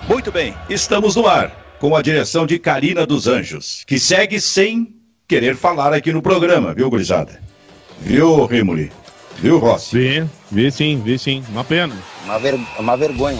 Muito bem, estamos no ar, com a direção de Carina dos Anjos, que segue sem querer falar aqui no programa, viu, gurizada? Viu, Rimoli? Viu, Rossi? Vi sim. Uma pena. Uma vergonha.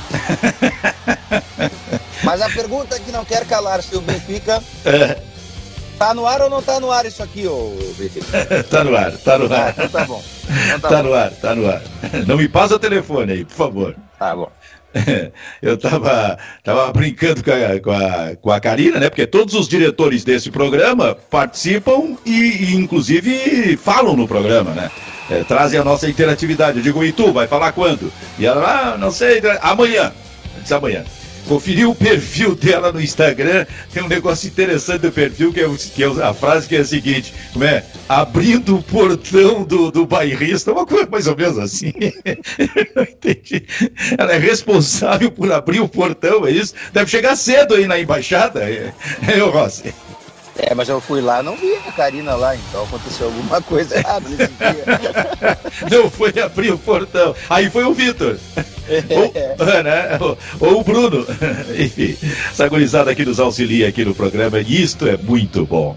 Mas a pergunta que não quer calar, se o Benfica... Tá no ar ou não tá no ar isso aqui, ô Benfica? Tá no ar. Então tá bom. Tá no ar. Não me passa o telefone aí, por favor. Tá bom. Eu tava brincando com a Carina, né? Porque todos os diretores desse programa participam e inclusive falam no programa, né? Trazem a nossa interatividade. Eu digo, e tu, vai falar quando? E ela, não sei, amanhã. Diz amanhã. Conferi o perfil dela no Instagram, tem um negócio interessante do perfil, que é a frase que é a seguinte, como é? Abrindo o portão do bairrista, uma coisa mais ou menos assim. Não entendi. Ela é responsável por abrir o portão, é isso? Deve chegar cedo aí na embaixada, Rossi. Mas eu fui lá, não vi a Carina lá, então aconteceu alguma coisa errada nesse dia. Não foi abrir o portão. Aí foi o Vitor. Ou o Bruno. Enfim, essa gurizada aqui nos auxilia aqui no programa, e isto é muito bom.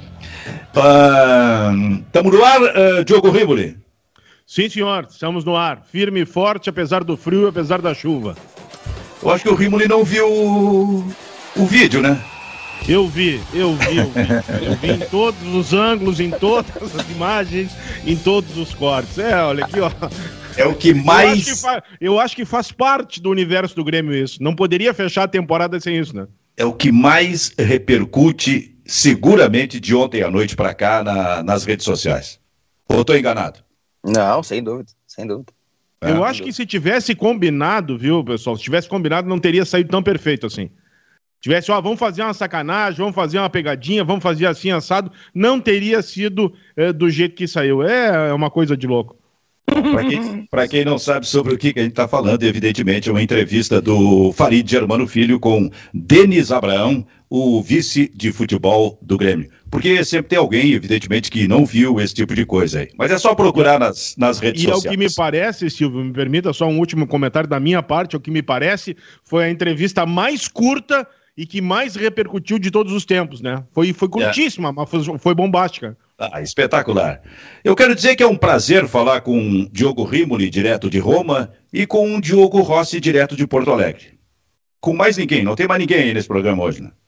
Estamos no ar, Diogo Rimoli? Sim, senhor, estamos no ar. Firme e forte, apesar do frio, apesar da chuva. Eu acho que o Rimoli não viu o vídeo, né? Eu vi em todos os ângulos, em todas as imagens, em todos os cortes. Olha aqui, ó. É o que mais... Eu acho que faz parte do universo do Grêmio isso. Não poderia fechar a temporada sem isso, né? É o que mais repercute, seguramente, de ontem à noite para cá nas redes sociais. Ou estou enganado? Não, sem dúvida. Eu acho que se tivesse combinado, viu, pessoal? Se tivesse combinado, não teria saído tão perfeito assim. Tivesse, vamos fazer uma sacanagem, vamos fazer uma pegadinha, vamos fazer assim assado, não teria sido do jeito que saiu. É uma coisa de louco. Para quem não sabe sobre o que a gente está falando, evidentemente é uma entrevista do Farid Germano Filho com Denis Abraão, o vice de futebol do Grêmio. Porque sempre tem alguém, evidentemente, que não viu esse tipo de coisa aí. Mas é só procurar nas redes sociais. E ao que me parece, Silvio, me permita só um último comentário da minha parte, ao que me parece, foi a entrevista mais curta e que mais repercutiu de todos os tempos, né? Foi curtíssima, mas foi bombástica. Espetacular. Eu quero dizer que é um prazer falar com Diogo Rimoli, direto de Roma, e com Diogo Rossi, direto de Porto Alegre. Com mais ninguém, não tem mais ninguém aí nesse programa hoje, né?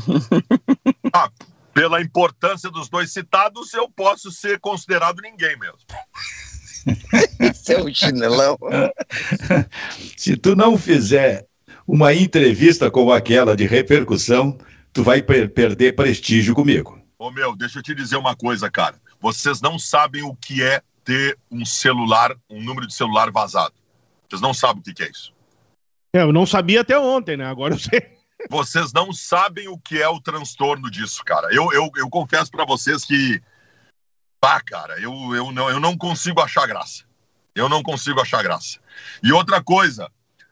Pela importância dos dois citados, eu posso ser considerado ninguém mesmo. Esse é um chinelão. Se tu não fizer uma entrevista como aquela de repercussão, tu vai perder prestígio comigo. Deixa eu te dizer uma coisa, cara. Vocês não sabem o que é ter um celular, um número de celular vazado. Vocês não sabem o que é isso. Eu não sabia até ontem, né? Agora eu sei. Vocês não sabem o que é o transtorno disso, cara. Eu confesso pra vocês que... cara, eu não consigo achar graça. Eu não consigo achar graça. E outra coisa...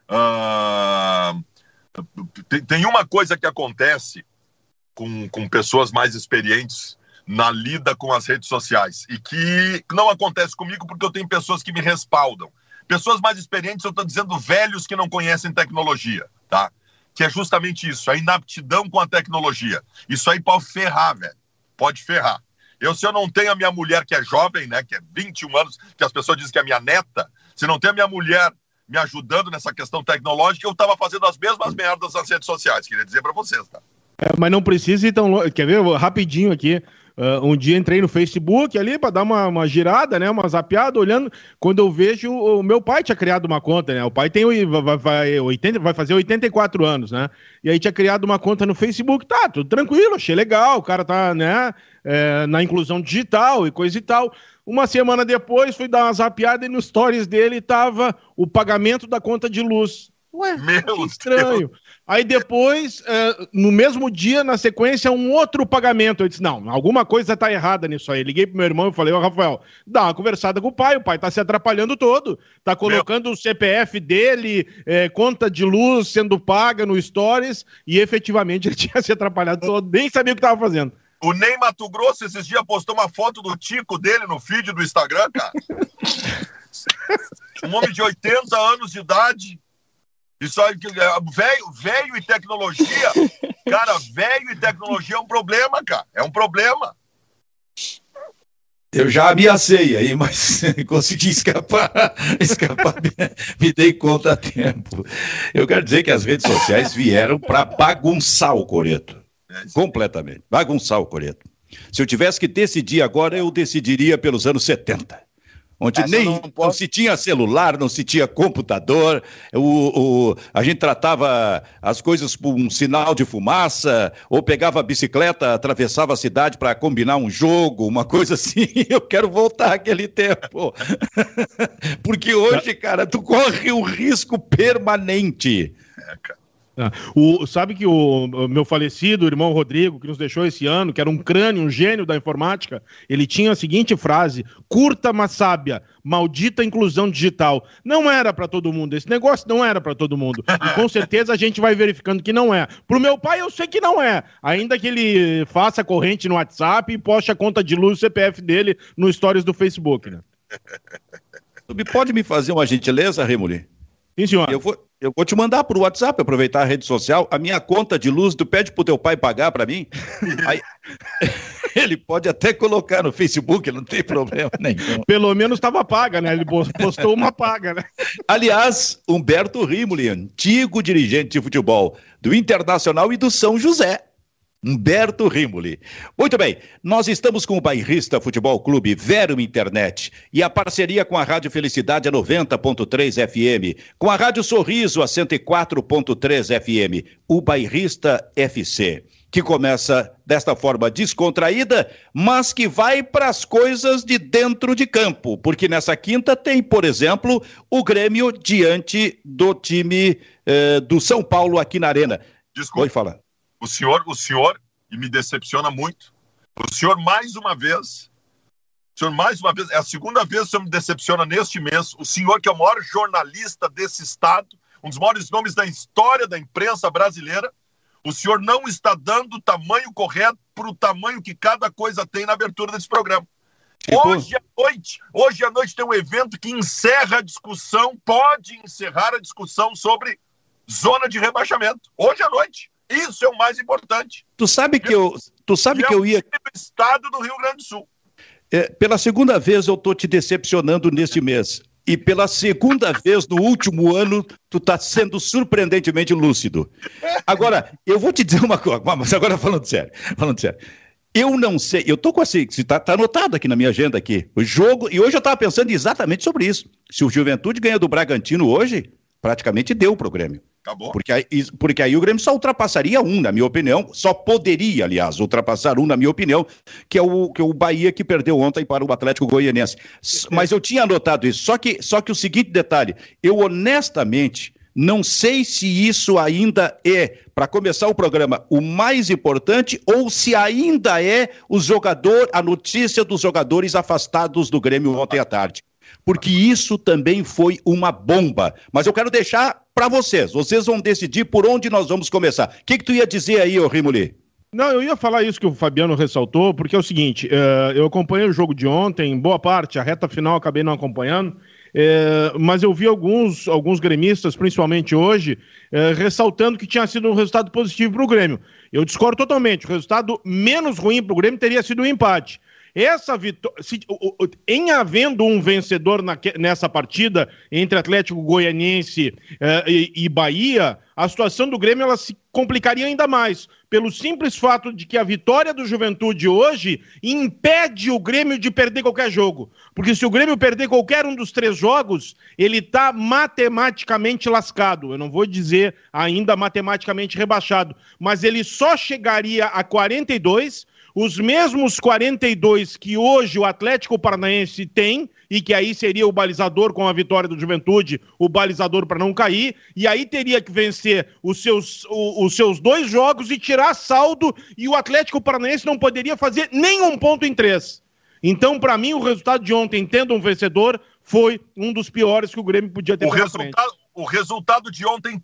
Tem uma coisa que acontece com pessoas mais experientes na lida com as redes sociais e que não acontece comigo porque eu tenho pessoas que me respaldam. Pessoas mais experientes, eu estou dizendo velhos que não conhecem tecnologia, tá? Que é justamente isso, a inaptidão com a tecnologia. Isso aí pode ferrar, velho. Pode ferrar. Se eu não tenho a minha mulher que é jovem, né, que é 21 anos, que as pessoas dizem que é minha neta, se não tem a minha mulher me ajudando nessa questão tecnológica, eu estava fazendo as mesmas merdas nas redes sociais, queria dizer para vocês, tá? Mas não precisa ir tão longe. Quer ver? Rapidinho aqui. Um dia entrei no Facebook ali para dar uma girada, né? Uma zapeada, olhando. Quando eu vejo, o meu pai tinha criado uma conta, né? O pai vai fazer 84 anos, né? E aí tinha criado uma conta no Facebook. Tá, tudo tranquilo, achei legal. O cara tá, né? Na inclusão digital e coisa e tal. Uma semana depois, fui dar uma zapeada e nos stories dele tava o pagamento da conta de luz. Ué, que estranho. Aí depois, no mesmo dia, na sequência, um outro pagamento. Eu disse, não, alguma coisa tá errada nisso aí. Liguei pro meu irmão e falei, Rafael, dá uma conversada com o pai tá se atrapalhando todo. Tá colocando o CPF dele, conta de luz sendo paga no Stories, e efetivamente ele tinha se atrapalhado todo, nem sabia o que tava fazendo. O Ney Mato Grosso esses dias postou uma foto do tico dele no feed do Instagram, cara. Um homem de 80 anos de idade, Isso aí, velho e tecnologia, cara, velho e tecnologia é um problema, cara. É um problema. Eu já ameacei aí, mas consegui escapar, me dei conta a tempo. Eu quero dizer que as redes sociais vieram para bagunçar o coreto. Completamente, bagunçar o coreto. Se eu tivesse que decidir agora, eu decidiria pelos anos 70. Onde não se tinha celular, não se tinha computador, a gente tratava as coisas por um sinal de fumaça, ou pegava a bicicleta, atravessava a cidade para combinar um jogo, uma coisa assim. Eu quero voltar àquele tempo. Porque hoje, cara, tu corre um risco permanente. Sabe que o meu falecido irmão Rodrigo, que nos deixou esse ano, que era um crânio, um gênio da informática, ele tinha a seguinte frase: curta, mas sábia, maldita inclusão digital. Não era para todo mundo, esse negócio não era para todo mundo. E com certeza a gente vai verificando que não é. Pro meu pai eu sei que não é, ainda que ele faça corrente no WhatsApp e poste a conta de luz, o CPF dele no stories do Facebook, né? Tu pode me fazer uma gentileza, Rimoli? Sim, senhor. Eu vou te mandar por WhatsApp, aproveitar a rede social, a minha conta de luz, tu pede pro teu pai pagar para mim. Aí, ele pode até colocar no Facebook, não tem problema nenhum. Pelo menos estava paga, né? Ele postou uma paga, né? Aliás, Humberto Rimoli, antigo dirigente de futebol do Internacional e do São José. Humberto Rimoli. Muito bem, nós estamos com o Bairrista Futebol Clube Vero Internet e a parceria com a Rádio Felicidade a 90.3 FM, com a Rádio Sorriso a 104.3 FM, o Bairrista FC, que começa desta forma descontraída, mas que vai para as coisas de dentro de campo, porque nessa quinta tem, por exemplo, o Grêmio diante do time do São Paulo aqui na Arena. Desculpa. Pode falar. O senhor, e me decepciona muito, o senhor mais uma vez, é a segunda vez que o senhor me decepciona neste mês, o senhor que é o maior jornalista desse estado, um dos maiores nomes da história da imprensa brasileira, o senhor não está dando o tamanho correto para o tamanho que cada coisa tem na abertura desse programa. Hoje à noite tem um evento que encerra a discussão, pode encerrar a discussão sobre zona de rebaixamento. Hoje à noite. Isso é o mais importante. Tu sabe que eu ia... Estado do Rio Grande do Sul. Pela segunda vez eu tô te decepcionando neste mês. E pela segunda vez no último ano, tu tá sendo surpreendentemente lúcido. Agora, eu vou te dizer uma coisa, mas agora falando sério. Eu não sei, eu tô com assim, tá anotado aqui na minha agenda aqui, o jogo, e hoje eu tava pensando exatamente sobre isso. Se o Juventude ganha do Bragantino hoje, praticamente deu pro Grêmio. Acabou. Porque aí o Grêmio só ultrapassaria na minha opinião, só poderia, aliás, ultrapassar na minha opinião, que é o Bahia que perdeu ontem para o Atlético Goianiense. Mas eu tinha anotado isso, só que o seguinte detalhe, eu honestamente não sei se isso ainda é, para começar o programa, o mais importante ou se ainda é a notícia dos jogadores afastados do Grêmio ontem à tarde. Porque isso também foi uma bomba. Mas eu quero deixar para vocês. Vocês vão decidir por onde nós vamos começar. O que tu ia dizer aí, ô Rimoli? Não, eu ia falar isso que o Fabiano ressaltou, porque é o seguinte, eu acompanhei o jogo de ontem, boa parte, a reta final acabei não acompanhando, mas eu vi alguns gremistas, principalmente hoje, ressaltando que tinha sido um resultado positivo para o Grêmio. Eu discordo totalmente, o resultado menos ruim para o Grêmio teria sido um empate. Essa vitória, em havendo um vencedor nessa partida entre Atlético Goianiense e Bahia, a situação do Grêmio ela se complicaria ainda mais, pelo simples fato de que a vitória do Juventude hoje impede o Grêmio de perder qualquer jogo. Porque se o Grêmio perder qualquer um dos 3 jogos, ele está matematicamente lascado. Eu não vou dizer ainda matematicamente rebaixado, mas ele só chegaria a 42, os mesmos 42 que hoje o Atlético Paranaense tem, e que aí seria o balizador com a vitória do Juventude, o balizador para não cair, e aí teria que vencer os seus 2 jogos e tirar saldo, e o Atlético Paranaense não poderia fazer nenhum ponto em 3. Então, para mim, o resultado de ontem, tendo um vencedor, foi um dos piores que o Grêmio podia ter pela frente. O resultado de ontem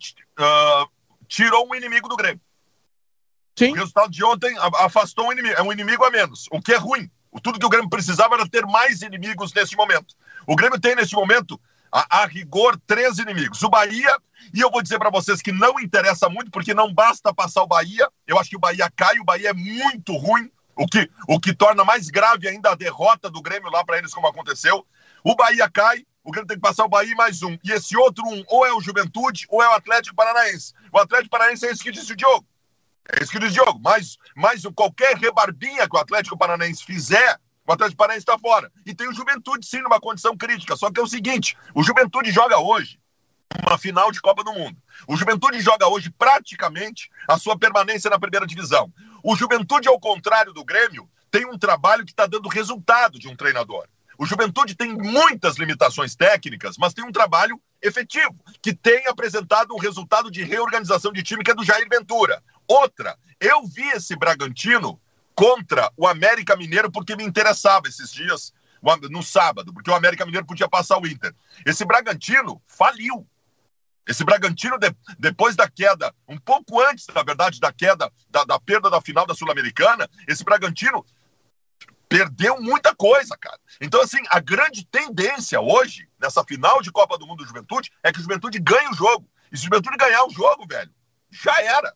tirou um inimigo do Grêmio. Sim. O resultado de ontem afastou um inimigo, é um inimigo a menos, o que é ruim. Tudo que o Grêmio precisava era ter mais inimigos nesse momento. O Grêmio tem, nesse momento, A rigor, 3 inimigos. O Bahia, e eu vou dizer para vocês que não interessa muito, porque não basta passar o Bahia. Eu acho que o Bahia cai, o Bahia é muito ruim, o que torna mais grave ainda a derrota do Grêmio lá para eles, como aconteceu. O Bahia cai, o Grêmio tem que passar o Bahia e mais um. E esse outro um, ou é o Juventude, ou é o Atlético Paranaense. O Atlético Paranaense é isso que disse o Diogo. É isso que diz o Diogo. Mas qualquer rebarbinha que o Atlético Paranaense fizer, o Atlético Paranaense está fora. E tem o Juventude, sim, numa condição crítica. Só que é o seguinte, o Juventude joga hoje uma final de Copa do Mundo. O Juventude joga hoje praticamente a sua permanência na primeira divisão. O Juventude, ao contrário do Grêmio, tem um trabalho que está dando resultado de um treinador. O Juventude tem muitas limitações técnicas, mas tem um trabalho efetivo, que tem apresentado um resultado de reorganização de time, que é do Jair Ventura. Outra, eu vi esse Bragantino contra o América Mineiro porque me interessava esses dias, no sábado, porque o América Mineiro podia passar o Inter. Esse Bragantino faliu. Esse Bragantino, depois da queda, um pouco antes, na verdade, da queda, da perda da final da Sul-Americana, esse Bragantino perdeu muita coisa, cara. Então, assim, a grande tendência hoje, nessa final de Copa do Mundo do Juventude, é que o Juventude ganhe o jogo. E se o Juventude ganhar o jogo, velho, já era.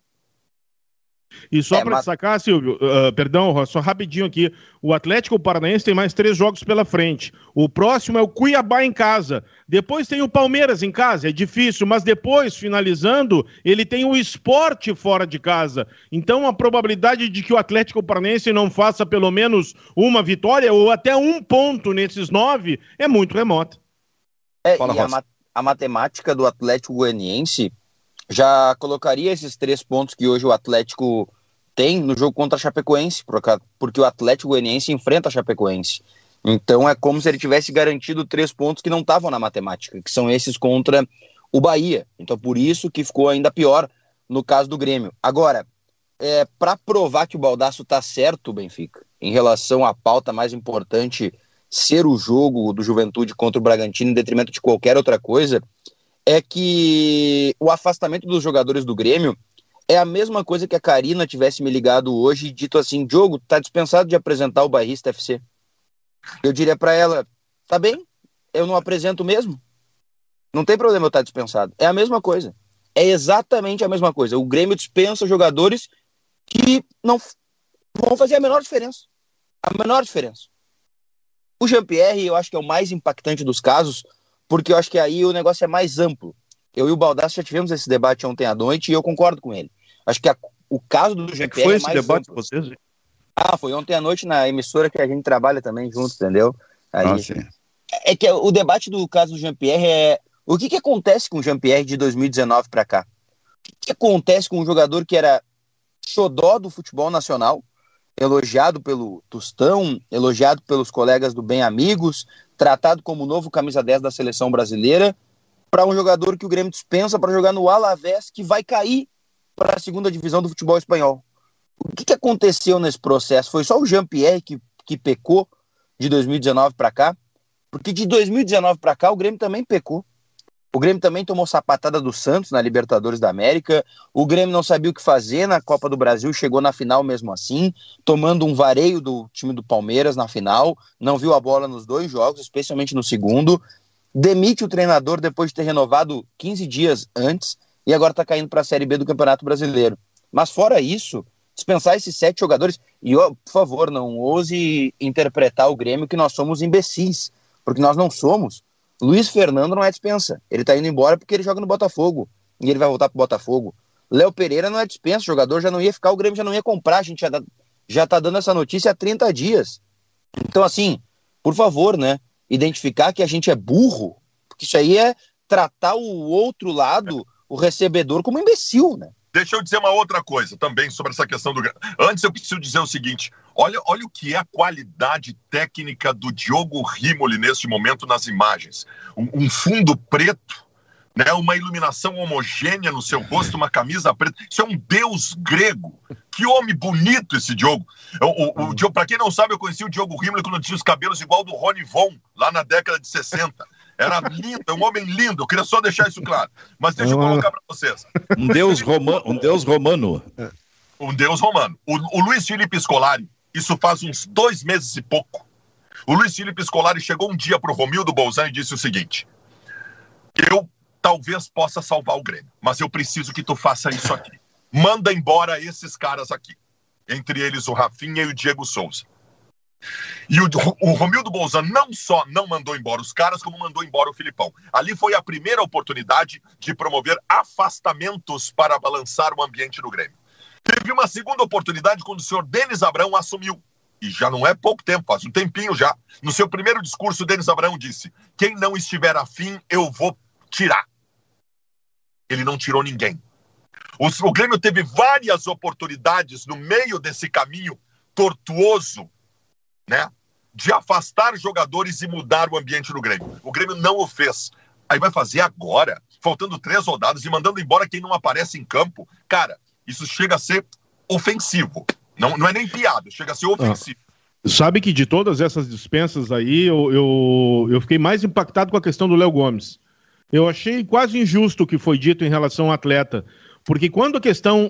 E só para destacar, Silvio, perdão, só rapidinho aqui, o Atlético Paranaense tem mais 3 jogos pela frente. O próximo é o Cuiabá em casa. Depois tem o Palmeiras em casa, é difícil, mas depois, finalizando, ele tem o Sport fora de casa. Então a probabilidade de que o Atlético Paranaense não faça pelo menos uma vitória ou até um ponto nesses 9 é muito remota. Fala, e a matemática do Atlético Goianiense já colocaria esses 3 pontos que hoje o Atlético tem no jogo contra a Chapecoense, porque o Atlético Goianiense enfrenta a Chapecoense. Então é como se ele tivesse garantido 3 pontos que não estavam na matemática, que são esses contra o Bahia. Então por isso que ficou ainda pior no caso do Grêmio. Agora, para provar que o Baldasso está certo, Benfica, em relação à pauta mais importante ser o jogo do Juventude contra o Bragantino em detrimento de qualquer outra coisa, é que o afastamento dos jogadores do Grêmio é a mesma coisa que a Karina tivesse me ligado hoje e dito assim: Diogo, tá dispensado de apresentar o Bairrista FC. Eu diria para ela: tá bem, eu não apresento mesmo. Não tem problema eu estar dispensado. É a mesma coisa. É exatamente a mesma coisa. O Grêmio dispensa jogadores que não vão fazer a menor diferença. A menor diferença. O Jean-Pierre, eu acho que é o mais impactante dos casos, porque eu acho que aí o negócio é mais amplo. Eu e o Baldasso já tivemos esse debate ontem à noite e eu concordo com ele. Acho que o caso do Jean-Pierre foi esse debate com vocês? Foi ontem à noite na emissora que a gente trabalha também junto, entendeu? Aí, sim. É que o debate do caso do Jean-Pierre é o que acontece com o Jean-Pierre de 2019 para cá? O que acontece com um jogador que era xodó do futebol nacional, elogiado pelo Tostão, elogiado pelos colegas do Bem Amigos, tratado como o novo camisa 10 da seleção brasileira, para um jogador que o Grêmio dispensa para jogar no Alavés, que vai cair para a segunda divisão do futebol espanhol. O que aconteceu nesse processo? Foi só o Jean-Pierre que pecou de 2019 para cá? Porque de 2019 para cá o Grêmio também pecou. O Grêmio também tomou sapatada do Santos na Libertadores da América. O Grêmio não sabia o que fazer na Copa do Brasil, chegou na final mesmo assim, tomando um vareio do time do Palmeiras na final, não viu a bola nos 2 jogos, especialmente no segundo. Demite o treinador depois de ter renovado 15 dias antes e agora está caindo para a Série B do Campeonato Brasileiro. Mas fora isso, dispensar esses 7 jogadores, e por favor, não ouse interpretar o Grêmio que nós somos imbecis, porque nós não somos. Luiz Fernando não é dispensa, ele está indo embora porque ele joga no Botafogo, e ele vai voltar pro Botafogo. Léo Pereira não é dispensa, o jogador já não ia ficar, o Grêmio já não ia comprar, a gente já tá dando essa notícia há 30 dias. Então assim, por favor, né, identificar que a gente é burro, porque isso aí é tratar o outro lado, o recebedor, como imbecil, né? Deixa eu dizer uma outra coisa também sobre essa questão do... Antes eu preciso dizer o seguinte, olha o que é a qualidade técnica do Diogo Rimoli neste momento nas imagens. Um fundo preto, né, uma iluminação homogênea no seu rosto, uma camisa preta. Isso é um deus grego. Que homem bonito esse Diogo. Para quem não sabe, eu conheci o Diogo Rimoli quando tinha os cabelos igual do Rony Von, lá na década de 60. Era lindo, é um homem lindo, eu queria só deixar isso claro. Mas deixa eu colocar para vocês. Um deus romano. Um deus romano. O Luiz Felipe Scolari, isso faz uns 2 meses e pouco. O Luiz Felipe Scolari chegou um dia para o Romildo Bolzan e disse o seguinte: eu talvez possa salvar o Grêmio, mas eu preciso que tu faça isso aqui. Manda embora esses caras aqui. Entre eles o Rafinha e o Diego Souza. E o Romildo Bolzan não só não mandou embora os caras, como mandou embora o Filipão. Ali foi a primeira oportunidade de promover afastamentos para balançar o ambiente no Grêmio. Teve uma segunda oportunidade quando o senhor Denis Abrão assumiu. E já não é pouco tempo, faz um tempinho já. No seu primeiro discurso, o Denis Abrão disse: quem não estiver afim, eu vou tirar. Ele não tirou ninguém. O Grêmio teve várias oportunidades no meio desse caminho tortuoso, né, de afastar jogadores e mudar o ambiente do Grêmio. O Grêmio não o fez. Aí vai fazer agora, faltando 3 rodadas e mandando embora quem não aparece em campo. Cara, isso chega a ser ofensivo. Não é nem piada, chega a ser ofensivo. Sabe que de todas essas dispensas aí, eu fiquei mais impactado com a questão do Léo Gomes. Eu achei quase injusto o que foi dito em relação ao atleta. Porque quando a questão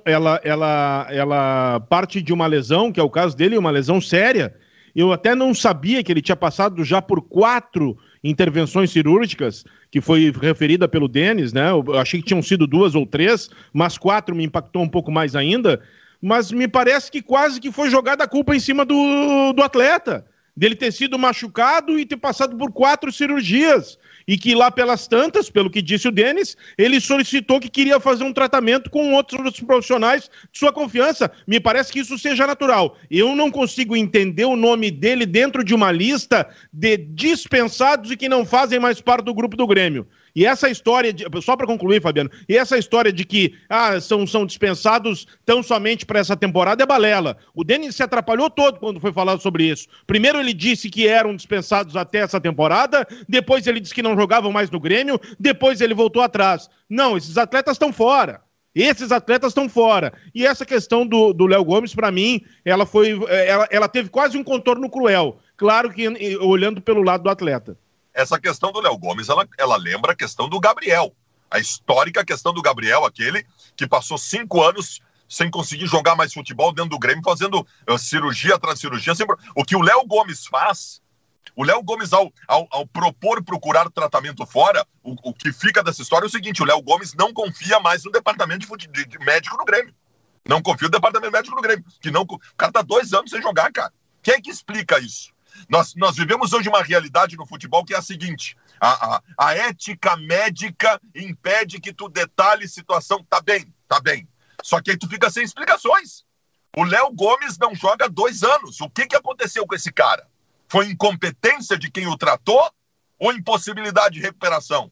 ela parte de uma lesão, que é o caso dele, uma lesão séria, eu até não sabia que ele tinha passado já por 4 intervenções cirúrgicas, que foi referida pelo Denis, né? Eu achei que tinham sido 2 ou 3, mas 4 me impactou um pouco mais ainda. Mas me parece que quase que foi jogada a culpa em cima do atleta, dele ter sido machucado e ter passado por 4 cirurgias. E que lá pelas tantas, pelo que disse o Denis, ele solicitou que queria fazer um tratamento com outros profissionais de sua confiança. Me parece que isso seja natural. Eu não consigo entender o nome dele dentro de uma lista de dispensados e que não fazem mais parte do grupo do Grêmio. E essa história, só para concluir, Fabiano, e essa história de que são dispensados tão somente para essa temporada é balela. O Denis se atrapalhou todo quando foi falado sobre isso. Primeiro ele disse que eram dispensados até essa temporada, depois ele disse que não jogavam mais no Grêmio, depois ele voltou atrás. Não, esses atletas estão fora. Esses atletas estão fora. E essa questão do Léo Gomes, para mim, ela teve quase um contorno cruel. Claro que olhando pelo lado do atleta. Essa questão do Léo Gomes, ela lembra a questão do Gabriel. A histórica questão do Gabriel, aquele que passou 5 anos sem conseguir jogar mais futebol dentro do Grêmio, fazendo cirurgia atrás de cirurgia. Sempre... O que o Léo Gomes faz, o Léo Gomes, ao procurar tratamento fora, o que fica dessa história é o seguinte: o Léo Gomes não confia mais no departamento de médico do Grêmio. Não confia no departamento médico do Grêmio. O cara tá 2 anos sem jogar, cara. Quem é que explica isso? Nós vivemos hoje uma realidade no futebol que é a seguinte: a ética médica impede que tu detalhe situação. Tá bem. Só que aí tu fica sem explicações. O Léo Gomes não joga 2 anos. O que aconteceu com esse cara? Foi incompetência de quem o tratou ou impossibilidade de recuperação?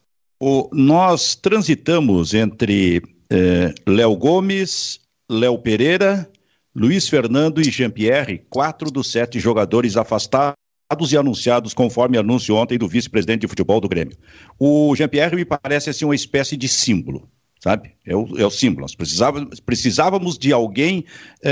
Nós transitamos entre Léo Gomes, Léo Pereira, Luiz Fernando e Jean-Pierre, 4 dos 7 jogadores afastados e anunciados conforme anúncio ontem do vice-presidente de futebol do Grêmio. O Jean-Pierre me parece assim uma espécie de símbolo, sabe? É o símbolo. Nós precisávamos de alguém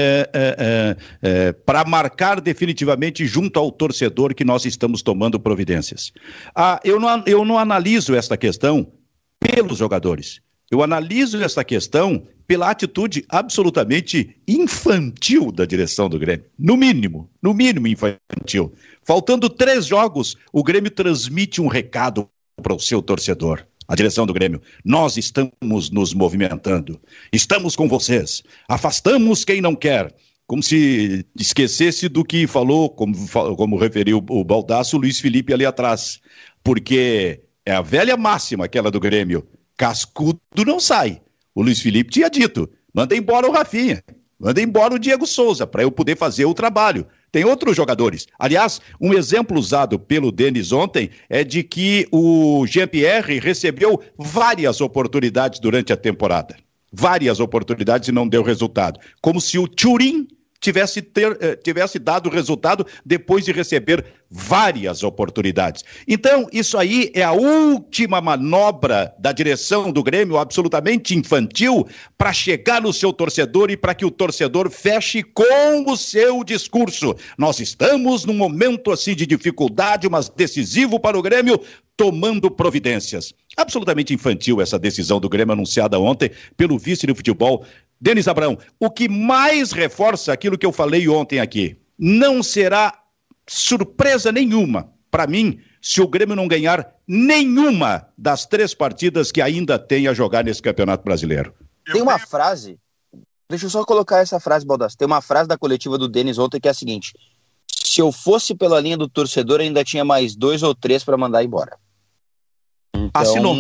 para marcar definitivamente junto ao torcedor que nós estamos tomando providências. Eu não analiso esta questão pelos jogadores. Eu analiso essa questão pela atitude absolutamente infantil da direção do Grêmio. No mínimo infantil. Faltando 3 jogos, o Grêmio transmite um recado para o seu torcedor. A direção do Grêmio: nós estamos nos movimentando, estamos com vocês, afastamos quem não quer. Como se esquecesse do que falou, como referiu o Baldasso, o Luiz Felipe ali atrás. Porque é a velha máxima aquela do Grêmio: cascudo não sai. O Luiz Felipe tinha dito: manda embora o Rafinha, manda embora o Diego Souza, para eu poder fazer o trabalho. Tem outros jogadores. Aliás, um exemplo usado pelo Denis ontem é de que o Jean-Pierre recebeu várias oportunidades durante a temporada. Várias oportunidades e não deu resultado. Como se o Thuram tivesse dado resultado depois de receber várias oportunidades. Então, isso aí é a última manobra da direção do Grêmio, absolutamente infantil, para chegar no seu torcedor e para que o torcedor feche com o seu discurso. Nós estamos num momento assim de dificuldade, mas decisivo para o Grêmio, tomando providências. Absolutamente infantil essa decisão do Grêmio anunciada ontem pelo vice de futebol, Denis Abrão. O que mais reforça aquilo que eu falei ontem aqui: não será surpresa nenhuma para mim se o Grêmio não ganhar nenhuma das 3 partidas que ainda tem a jogar nesse Campeonato Brasileiro. Tem uma frase, deixa eu só colocar essa frase, Baldassi. Tem uma frase da coletiva do Denis ontem que é a seguinte: se eu fosse pela linha do torcedor, ainda tinha mais 2 ou 3 para mandar embora. Então,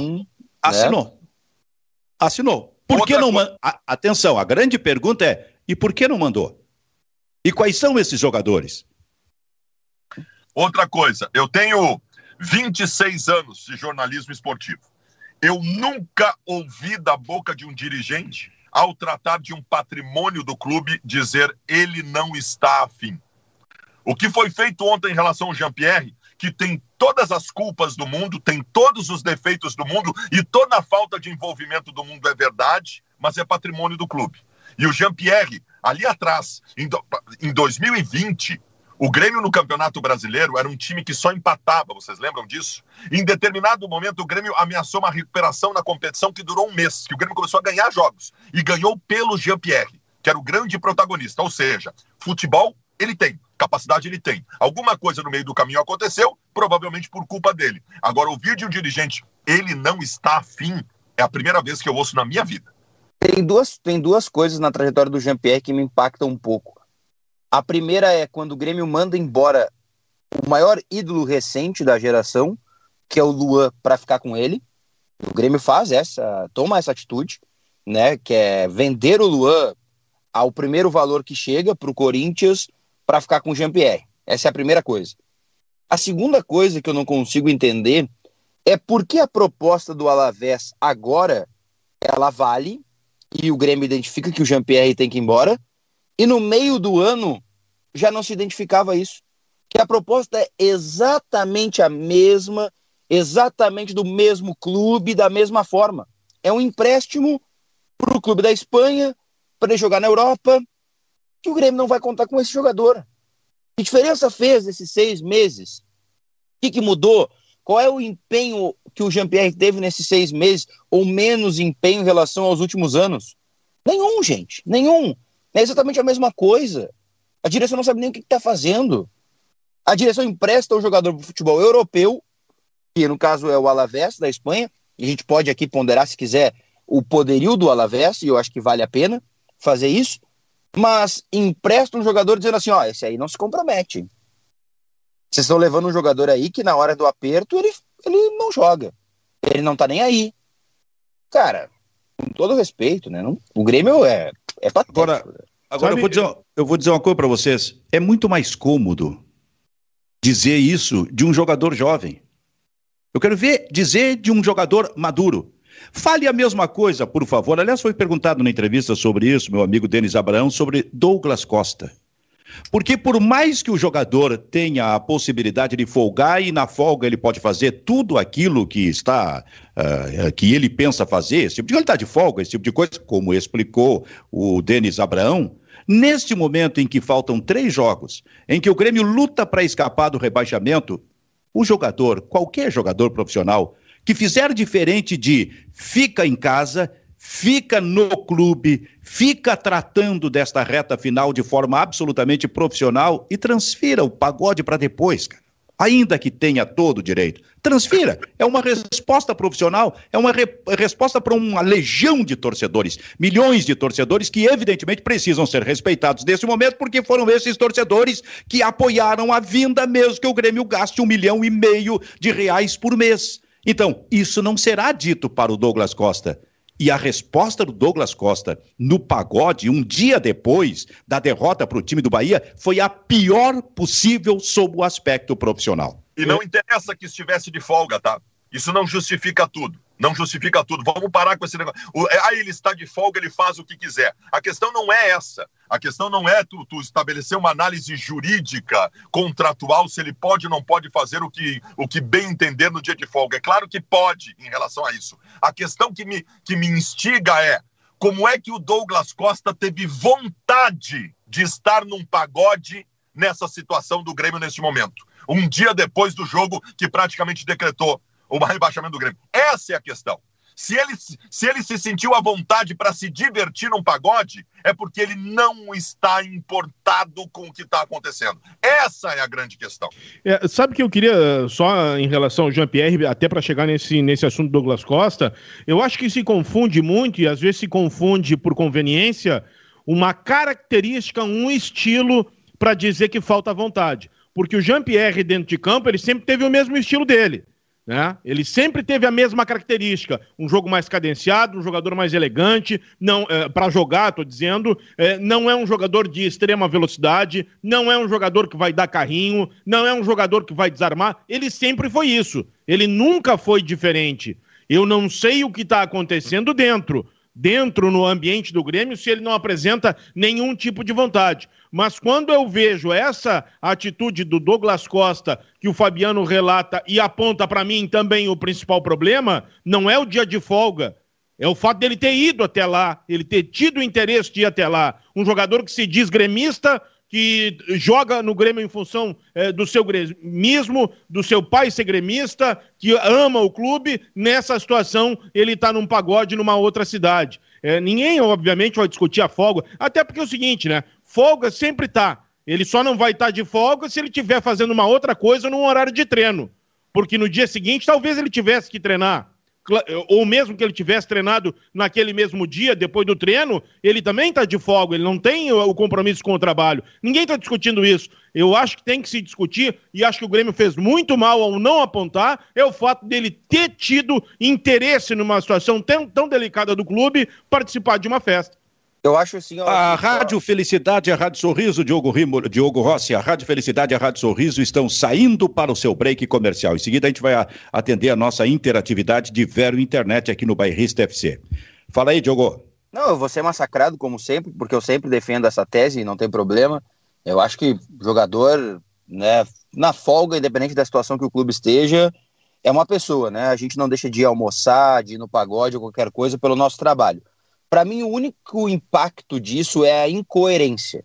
Assinou. Por que não mandou? Atenção, a grande pergunta é: e por que não mandou? E quais são esses jogadores? Outra coisa, eu tenho 26 anos de jornalismo esportivo. Eu nunca ouvi da boca de um dirigente, ao tratar de um patrimônio do clube, dizer ele não está afim. O que foi feito ontem em relação ao Jean-Pierre, que tem todas as culpas do mundo, tem todos os defeitos do mundo e toda a falta de envolvimento do mundo é verdade, mas é patrimônio do clube. E o Jean-Pierre, ali atrás, em 2020, o Grêmio no Campeonato Brasileiro era um time que só empatava, vocês lembram disso? Em determinado momento o Grêmio ameaçou uma recuperação na competição que durou um mês, que o Grêmio começou a ganhar jogos, e ganhou pelo Jean-Pierre, que era o grande protagonista, ou seja, futebol ele tem, capacidade ele tem. Alguma coisa no meio do caminho aconteceu, provavelmente por culpa dele. Agora, ouvir de um dirigente, ele não está afim, é a primeira vez que eu ouço na minha vida. Tem duas coisas na trajetória do Jean-Pierre que me impactam um pouco. A primeira é quando o Grêmio manda embora o maior ídolo recente da geração, que é o Luan, para ficar com ele. O Grêmio toma essa atitude, né, que é vender o Luan ao primeiro valor que chega para o Corinthians para ficar com o Jean-Pierre. Essa é a primeira coisa. A segunda coisa que eu não consigo entender é por que a proposta do Alavés agora ela vale e o Grêmio identifica que o Jean-Pierre tem que ir embora, e no meio do ano já não se identificava isso. Que a proposta é exatamente a mesma, exatamente do mesmo clube, da mesma forma. É um empréstimo para o clube da Espanha, para ele jogar na Europa, que o Grêmio não vai contar com esse jogador. Que diferença fez esses 6 meses? O que mudou? Qual é o empenho que o Jean-Pierre teve nesses 6 meses, ou menos empenho em relação aos últimos anos? Nenhum, gente, nenhum. É exatamente a mesma coisa. A direção não sabe nem o que está fazendo. A direção empresta o jogador para o futebol europeu, que no caso é o Alavés da Espanha, e a gente pode aqui ponderar, se quiser, o poderio do Alavés, e eu acho que vale a pena fazer isso, mas empresta um jogador dizendo assim, esse aí não se compromete. Vocês estão levando um jogador aí que na hora do aperto ele não joga. Ele não tá nem aí. Cara, com todo respeito, né? O Grêmio é patético. Agora eu vou dizer uma coisa para vocês. É muito mais cômodo dizer isso de um jogador jovem. Eu quero dizer de um jogador maduro. Fale a mesma coisa, por favor. Aliás, foi perguntado na entrevista sobre isso, meu amigo Denis Abraão, sobre Douglas Costa. Porque por mais que o jogador tenha a possibilidade de folgar, e na folga ele pode fazer tudo aquilo que que ele pensa fazer, esse tipo de, ele está de folga, esse tipo de coisa, como explicou o Denis Abraão, neste momento em que faltam 3 jogos, em que o Grêmio luta para escapar do rebaixamento, o jogador, qualquer jogador profissional, que fizer diferente de fica em casa, fica no clube, fica tratando desta reta final de forma absolutamente profissional e transfira o pagode para depois, cara. Ainda que tenha todo o direito. Transfira. É uma resposta profissional, é uma resposta para uma legião de torcedores, milhões de torcedores que evidentemente precisam ser respeitados nesse momento, porque foram esses torcedores que apoiaram a vinda mesmo que o Grêmio gaste R$1,5 milhão por mês. Então, isso não será dito para o Douglas Costa. E a resposta do Douglas Costa no pagode, um dia depois da derrota para o time do Bahia, foi a pior possível sob o aspecto profissional. E não interessa que estivesse de folga, tá? Isso não justifica tudo. Não justifica tudo. Vamos parar com esse negócio. Ele está de folga, ele faz o que quiser. A questão não é essa. A questão não é tu estabelecer uma análise jurídica, contratual, se ele pode ou não pode fazer o que bem entender no dia de folga. É claro que pode em relação a isso. A questão que me instiga é como é que o Douglas Costa teve vontade de estar num pagode nessa situação do Grêmio neste momento. Um dia depois do jogo que praticamente decretou o rebaixamento do Grêmio. Essa é a questão. Se ele se sentiu à vontade para se divertir num pagode, é porque ele não está importado com o que está acontecendo. Essa é a grande questão. Sabe que eu queria, só em relação ao Jean-Pierre, até para chegar nesse assunto do Douglas Costa, eu acho que se confunde muito, e às vezes se confunde por conveniência, uma característica, um estilo para dizer que falta vontade. Porque o Jean-Pierre dentro de campo, ele sempre teve o mesmo estilo dele. Né? Ele sempre teve a mesma característica, um jogo mais cadenciado, um jogador mais elegante, para jogar, estou dizendo, não é um jogador de extrema velocidade, não é um jogador que vai dar carrinho, não é um jogador que vai desarmar, ele sempre foi isso, ele nunca foi diferente. Eu não sei o que está acontecendo dentro no ambiente do Grêmio, se ele não apresenta nenhum tipo de vontade. Mas quando eu vejo essa atitude do Douglas Costa, que o Fabiano relata e aponta para mim também o principal problema, não é o dia de folga, é o fato dele ter ido até lá, ele ter tido o interesse de ir até lá. Um jogador que se diz gremista, que joga no Grêmio em função do seu gremismo, do seu pai ser gremista, que ama o clube, nessa situação ele está num pagode numa outra cidade. Ninguém, obviamente, vai discutir a folga, até porque é o seguinte, né? Folga sempre tá. Ele só não vai estar de folga se ele estiver fazendo uma outra coisa num horário de treino. Porque no dia seguinte, talvez ele tivesse que treinar. Ou mesmo que ele tivesse treinado naquele mesmo dia, depois do treino, ele também está de folga, ele não tem o compromisso com o trabalho. Ninguém está discutindo isso. Eu acho que tem que se discutir, e acho que o Grêmio fez muito mal ao não apontar, é o fato dele ter tido interesse numa situação tão delicada do clube, participar de uma festa. Eu acho assim... A Rádio Felicidade e a Rádio Sorriso, Diogo Rossi, a Rádio Felicidade e a Rádio Sorriso estão saindo para o seu break comercial. Em seguida, a gente vai atender a nossa interatividade de Vero Internet aqui no Bairrista FC. Fala aí, Diogo. Não, eu vou ser massacrado, como sempre, porque eu sempre defendo essa tese e não tem problema. Eu acho que jogador, né, na folga, independente da situação que o clube esteja, é uma pessoa, né? A gente não deixa de ir almoçar, de ir no pagode ou qualquer coisa pelo nosso trabalho. Para mim, o único impacto disso é a incoerência.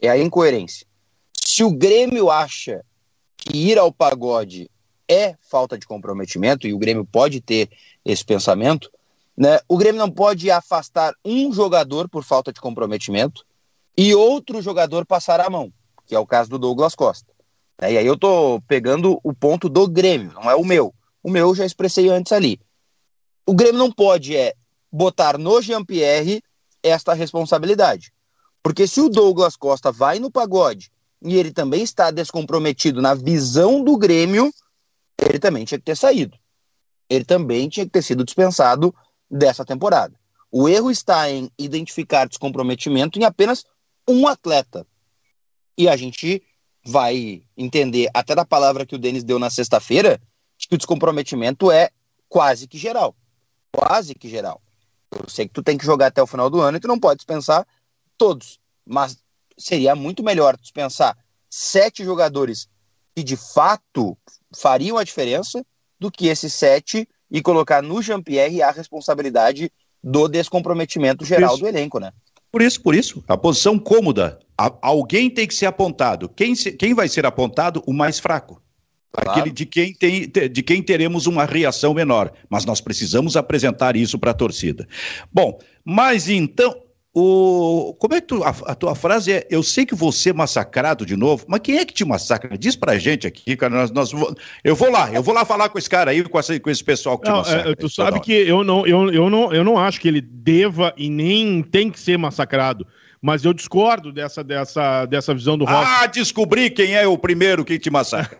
Se o Grêmio acha que ir ao pagode é falta de comprometimento, e o Grêmio pode ter esse pensamento, né, o Grêmio não pode afastar um jogador por falta de comprometimento e outro jogador passar a mão, que é o caso do Douglas Costa. E aí eu tô pegando o ponto do Grêmio, não é o meu. O meu eu já expressei antes ali. O Grêmio não pode botar no Jean-Pierre esta responsabilidade. Porque se o Douglas Costa vai no pagode e ele também está descomprometido na visão do Grêmio, ele também tinha que ter saído. Ele também tinha que ter sido dispensado dessa temporada. O erro está em identificar descomprometimento em apenas um atleta. E a gente vai entender, até da palavra que o Denis deu na sexta-feira, que o descomprometimento é quase que geral. Quase que geral. Eu sei que tu tem que jogar até o final do ano e tu não pode dispensar todos. Mas seria muito melhor dispensar 7 jogadores que de fato fariam a diferença do que esses 7 e colocar no Jean-Pierre a responsabilidade do descomprometimento geral do elenco, né? Por isso, a posição cômoda. Alguém tem que ser apontado. Quem vai ser apontado? O mais fraco. Claro. Aquele de quem teremos uma reação menor. Mas nós precisamos apresentar isso para a torcida. Bom, mas então, como é que a tua frase é: eu sei que você é massacrado de novo, mas quem é que te massacra? Diz pra gente aqui, cara, eu vou lá falar com esse cara aí, com esse pessoal que te massacra. Tu sabe que eu não acho que ele deva e nem tem que ser massacrado. Mas eu discordo dessa visão do Rossi. Descobri quem é o primeiro que te massacra.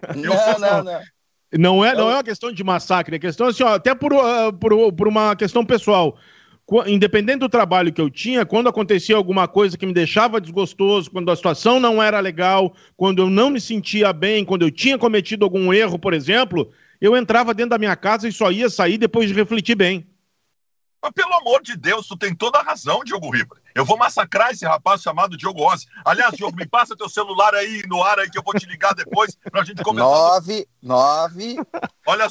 Não é uma questão de massacre, é questão assim, até por uma questão pessoal. Independente do trabalho que eu tinha, quando acontecia alguma coisa que me deixava desgostoso, quando a situação não era legal, quando eu não me sentia bem, quando eu tinha cometido algum erro, por exemplo, eu entrava dentro da minha casa e só ia sair depois de refletir bem. Mas pelo amor de Deus, tu tem toda a razão, Diogo Ribas. Eu vou massacrar esse rapaz chamado Diogo Rossi. Aliás, Diogo, me passa teu celular aí no ar aí que eu vou te ligar depois pra gente conversar. 9. Olha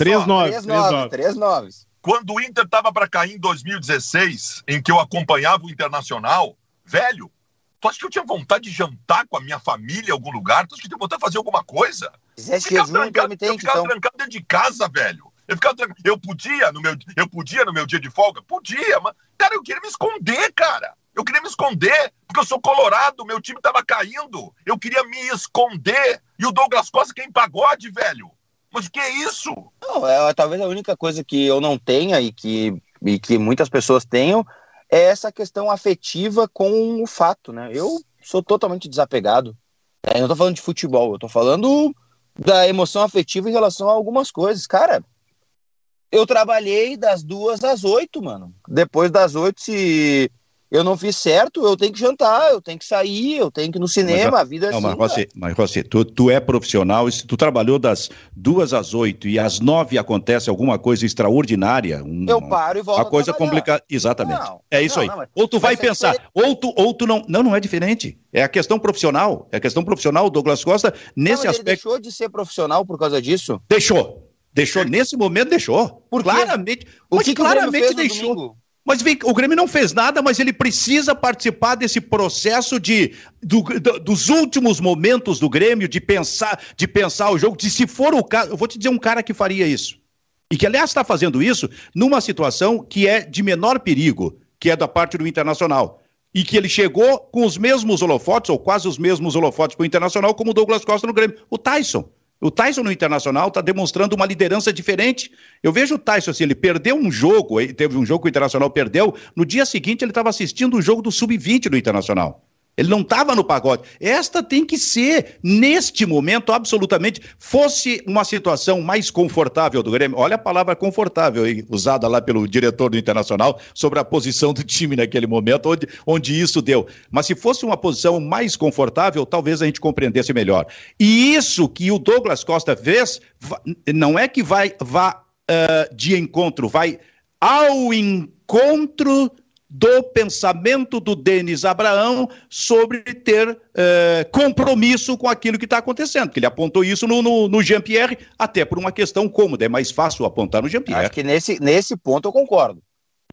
39. Quando o Inter tava pra cair em 2016, em que eu acompanhava o Internacional, velho, tu acha que eu tinha vontade de jantar com a minha família em algum lugar? Tu acha que eu tinha vontade de fazer alguma coisa? Eu ficava trancado dentro de casa, velho. Eu podia no meu dia de folga? Podia, mas, cara, eu queria me esconder, cara. Eu queria me esconder, porque eu sou colorado, meu time tava caindo. Eu queria me esconder. E o Douglas Costa quer em pagode, velho. Mas o que é isso? Não, talvez a única coisa que eu não tenha e que muitas pessoas tenham é essa questão afetiva com o fato, né? Eu sou totalmente desapegado. Eu não tô falando de futebol, eu tô falando da emoção afetiva em relação a algumas coisas. Cara, eu trabalhei das 2 às 8, mano. Depois das 8, se eu não fiz certo, eu tenho que jantar, eu tenho que sair, eu tenho que ir no cinema, a vida é assim. Mas Rossi, tu é profissional, e se tu trabalhou das 2 às 8 e às 9 acontece alguma coisa extraordinária, eu paro e volto a coisa complicada. Exatamente. Não, é isso aí. Ou tu vai pensar, ou tu não. Não é diferente. É a questão profissional. É a questão profissional, o Douglas Costa, nesse aspecto. Ele deixou de ser profissional por causa disso? Deixou, nesse momento deixou. Claramente. Claramente deixou. Mas vem, o Grêmio não fez nada, mas ele precisa participar desse processo dos últimos momentos do Grêmio, de pensar o jogo, se for o caso, eu vou te dizer um cara que faria isso, e que aliás está fazendo isso numa situação que é de menor perigo, que é da parte do Internacional, e que ele chegou com os mesmos holofotes, ou quase os mesmos holofotes para o Internacional, como o Douglas Costa no Grêmio, o Tyson. O Tyson no Internacional está demonstrando uma liderança diferente. Eu vejo o Tyson assim, ele perdeu um jogo, teve um jogo que o Internacional perdeu, no dia seguinte ele estava assistindo o jogo do Sub-20 no Internacional. Ele não estava no pagode. Esta tem que ser, neste momento, absolutamente, fosse uma situação mais confortável do Grêmio. Olha a palavra confortável aí, usada lá pelo diretor do Internacional sobre a posição do time naquele momento, onde isso deu. Mas se fosse uma posição mais confortável, talvez a gente compreendesse melhor. E isso que o Douglas Costa fez, não é que vá de encontro, vai ao encontro do pensamento do Denis Abraão sobre ter compromisso com aquilo que está acontecendo, que ele apontou isso no Jean-Pierre, até por uma questão cômoda, é mais fácil apontar no Jean-Pierre. Acho que nesse ponto eu concordo.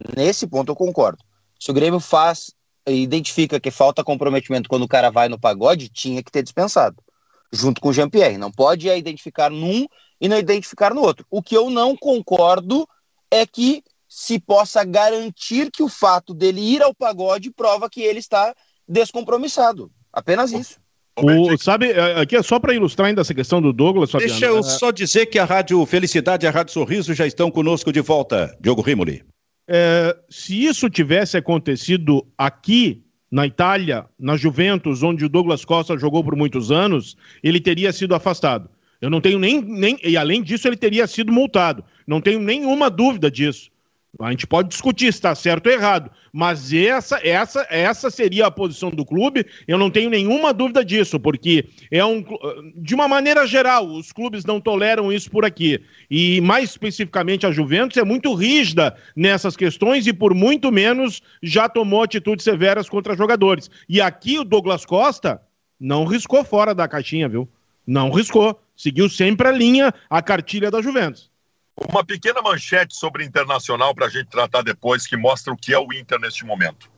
Se o Grêmio identifica que falta comprometimento quando o cara vai no pagode, tinha que ter dispensado, junto com o Jean-Pierre. Não pode identificar num e não identificar no outro. O que eu não concordo é que se possa garantir que o fato dele ir ao pagode prova que ele está descompromissado. Apenas isso. Sabe, aqui é só para ilustrar ainda essa questão do Douglas, Fabiano. Deixa eu só dizer que a Rádio Felicidade e a Rádio Sorriso já estão conosco de volta. Diogo Rimoli. Se isso tivesse acontecido aqui na Itália, na Juventus, onde o Douglas Costa jogou por muitos anos, ele teria sido afastado. Eu não tenho e além disso ele teria sido multado. Não tenho nenhuma dúvida disso. A gente pode discutir se está certo ou errado, mas essa seria a posição do clube, eu não tenho nenhuma dúvida disso, porque de uma maneira geral, os clubes não toleram isso por aqui, e mais especificamente a Juventus é muito rígida nessas questões e por muito menos já tomou atitudes severas contra jogadores. E aqui o Douglas Costa não riscou fora da caixinha, viu? Não riscou, seguiu sempre a linha, a cartilha da Juventus. Uma pequena manchete sobre o Internacional para a gente tratar depois, que mostra o que é o Inter neste momento.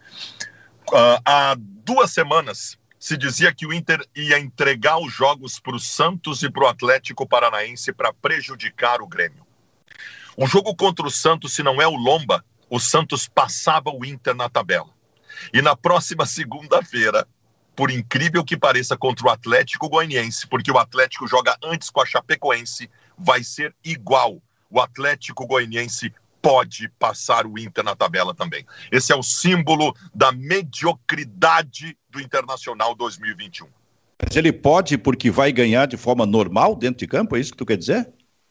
Há 2 semanas se dizia que o Inter ia entregar os jogos para o Santos e para o Atlético Paranaense para prejudicar o Grêmio. Um jogo contra o Santos, se não é o Lomba, o Santos passava o Inter na tabela. E na próxima segunda-feira, por incrível que pareça, contra o Atlético Goianiense, porque o Atlético joga antes com a Chapecoense, vai ser igual. O Atlético Goianiense pode passar o Inter na tabela também. Esse é o símbolo da mediocridade do Internacional 2021. Mas ele pode porque vai ganhar de forma normal dentro de campo, é isso que tu quer dizer?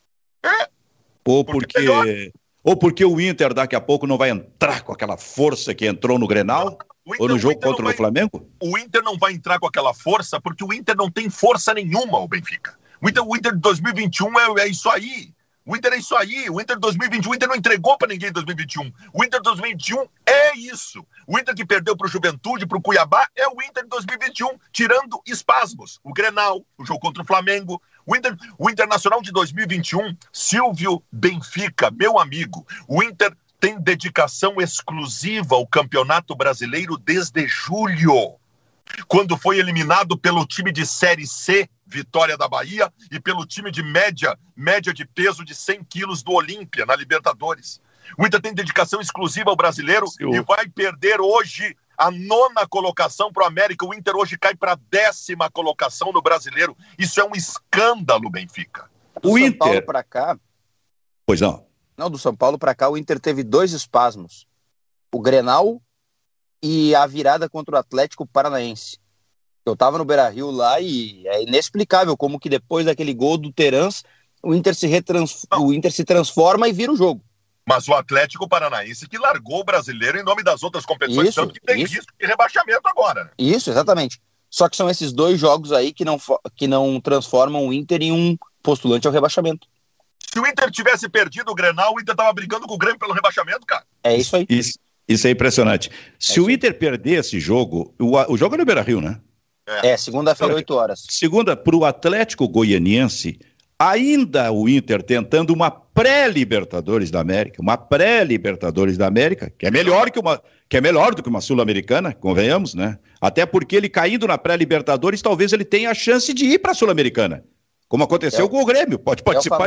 Ou porque o Inter daqui a pouco não vai entrar com aquela força que entrou no Grenal? Ou no jogo contra o Flamengo? O Inter não vai entrar com aquela força porque o Inter não tem força nenhuma, o Benfica. O Inter de 2021 é isso aí. O Inter é isso aí, o Inter de 2021, o Inter não entregou para ninguém em 2021. O Inter de 2021 é isso. O Inter que perdeu para o Juventude, para o Cuiabá, é o Inter de 2021, tirando espasmos. O Grenal, o jogo contra o Flamengo. O Internacional de 2021, Silvio Benfica, meu amigo. O Inter tem dedicação exclusiva ao Campeonato Brasileiro desde julho. quando foi eliminado pelo time de Série C, Vitória da Bahia, e pelo time de média de peso de 100 quilos do Olímpia, na Libertadores. O Inter tem dedicação exclusiva ao brasileiro e vai perder hoje a 9ª colocação para o América. O Inter hoje cai para a 10ª colocação no brasileiro. Isso é um escândalo, Benfica. Do São Paulo para cá... Pois não. Não, do São Paulo para cá, o Inter teve 2 espasmos. O Grenal e a virada contra o Atlético Paranaense. Eu tava no Beira-Rio lá e é inexplicável como que depois daquele gol do Terans, o Inter se transforma e vira o jogo. Mas o Atlético Paranaense que largou o brasileiro em nome das outras competições, tanto que tem risco de rebaixamento agora, né? Isso, exatamente. Só que são esses 2 jogos aí que não transformam o Inter em um postulante ao rebaixamento. Se o Inter tivesse perdido o Grenal, o Inter tava brigando com o Grêmio pelo rebaixamento, cara. É isso aí. Isso é impressionante. Se o Inter perder esse jogo, o jogo é no Beira-Rio, né? Segunda-feira, 8 horas. Segunda, para o Atlético Goianiense, ainda o Inter tentando uma pré-Libertadores da América, que é melhor do que uma Sul-Americana, convenhamos, né? Até porque ele caindo na pré-Libertadores, talvez ele tenha a chance de ir para a Sul-Americana. Como aconteceu com o Grêmio, pode participar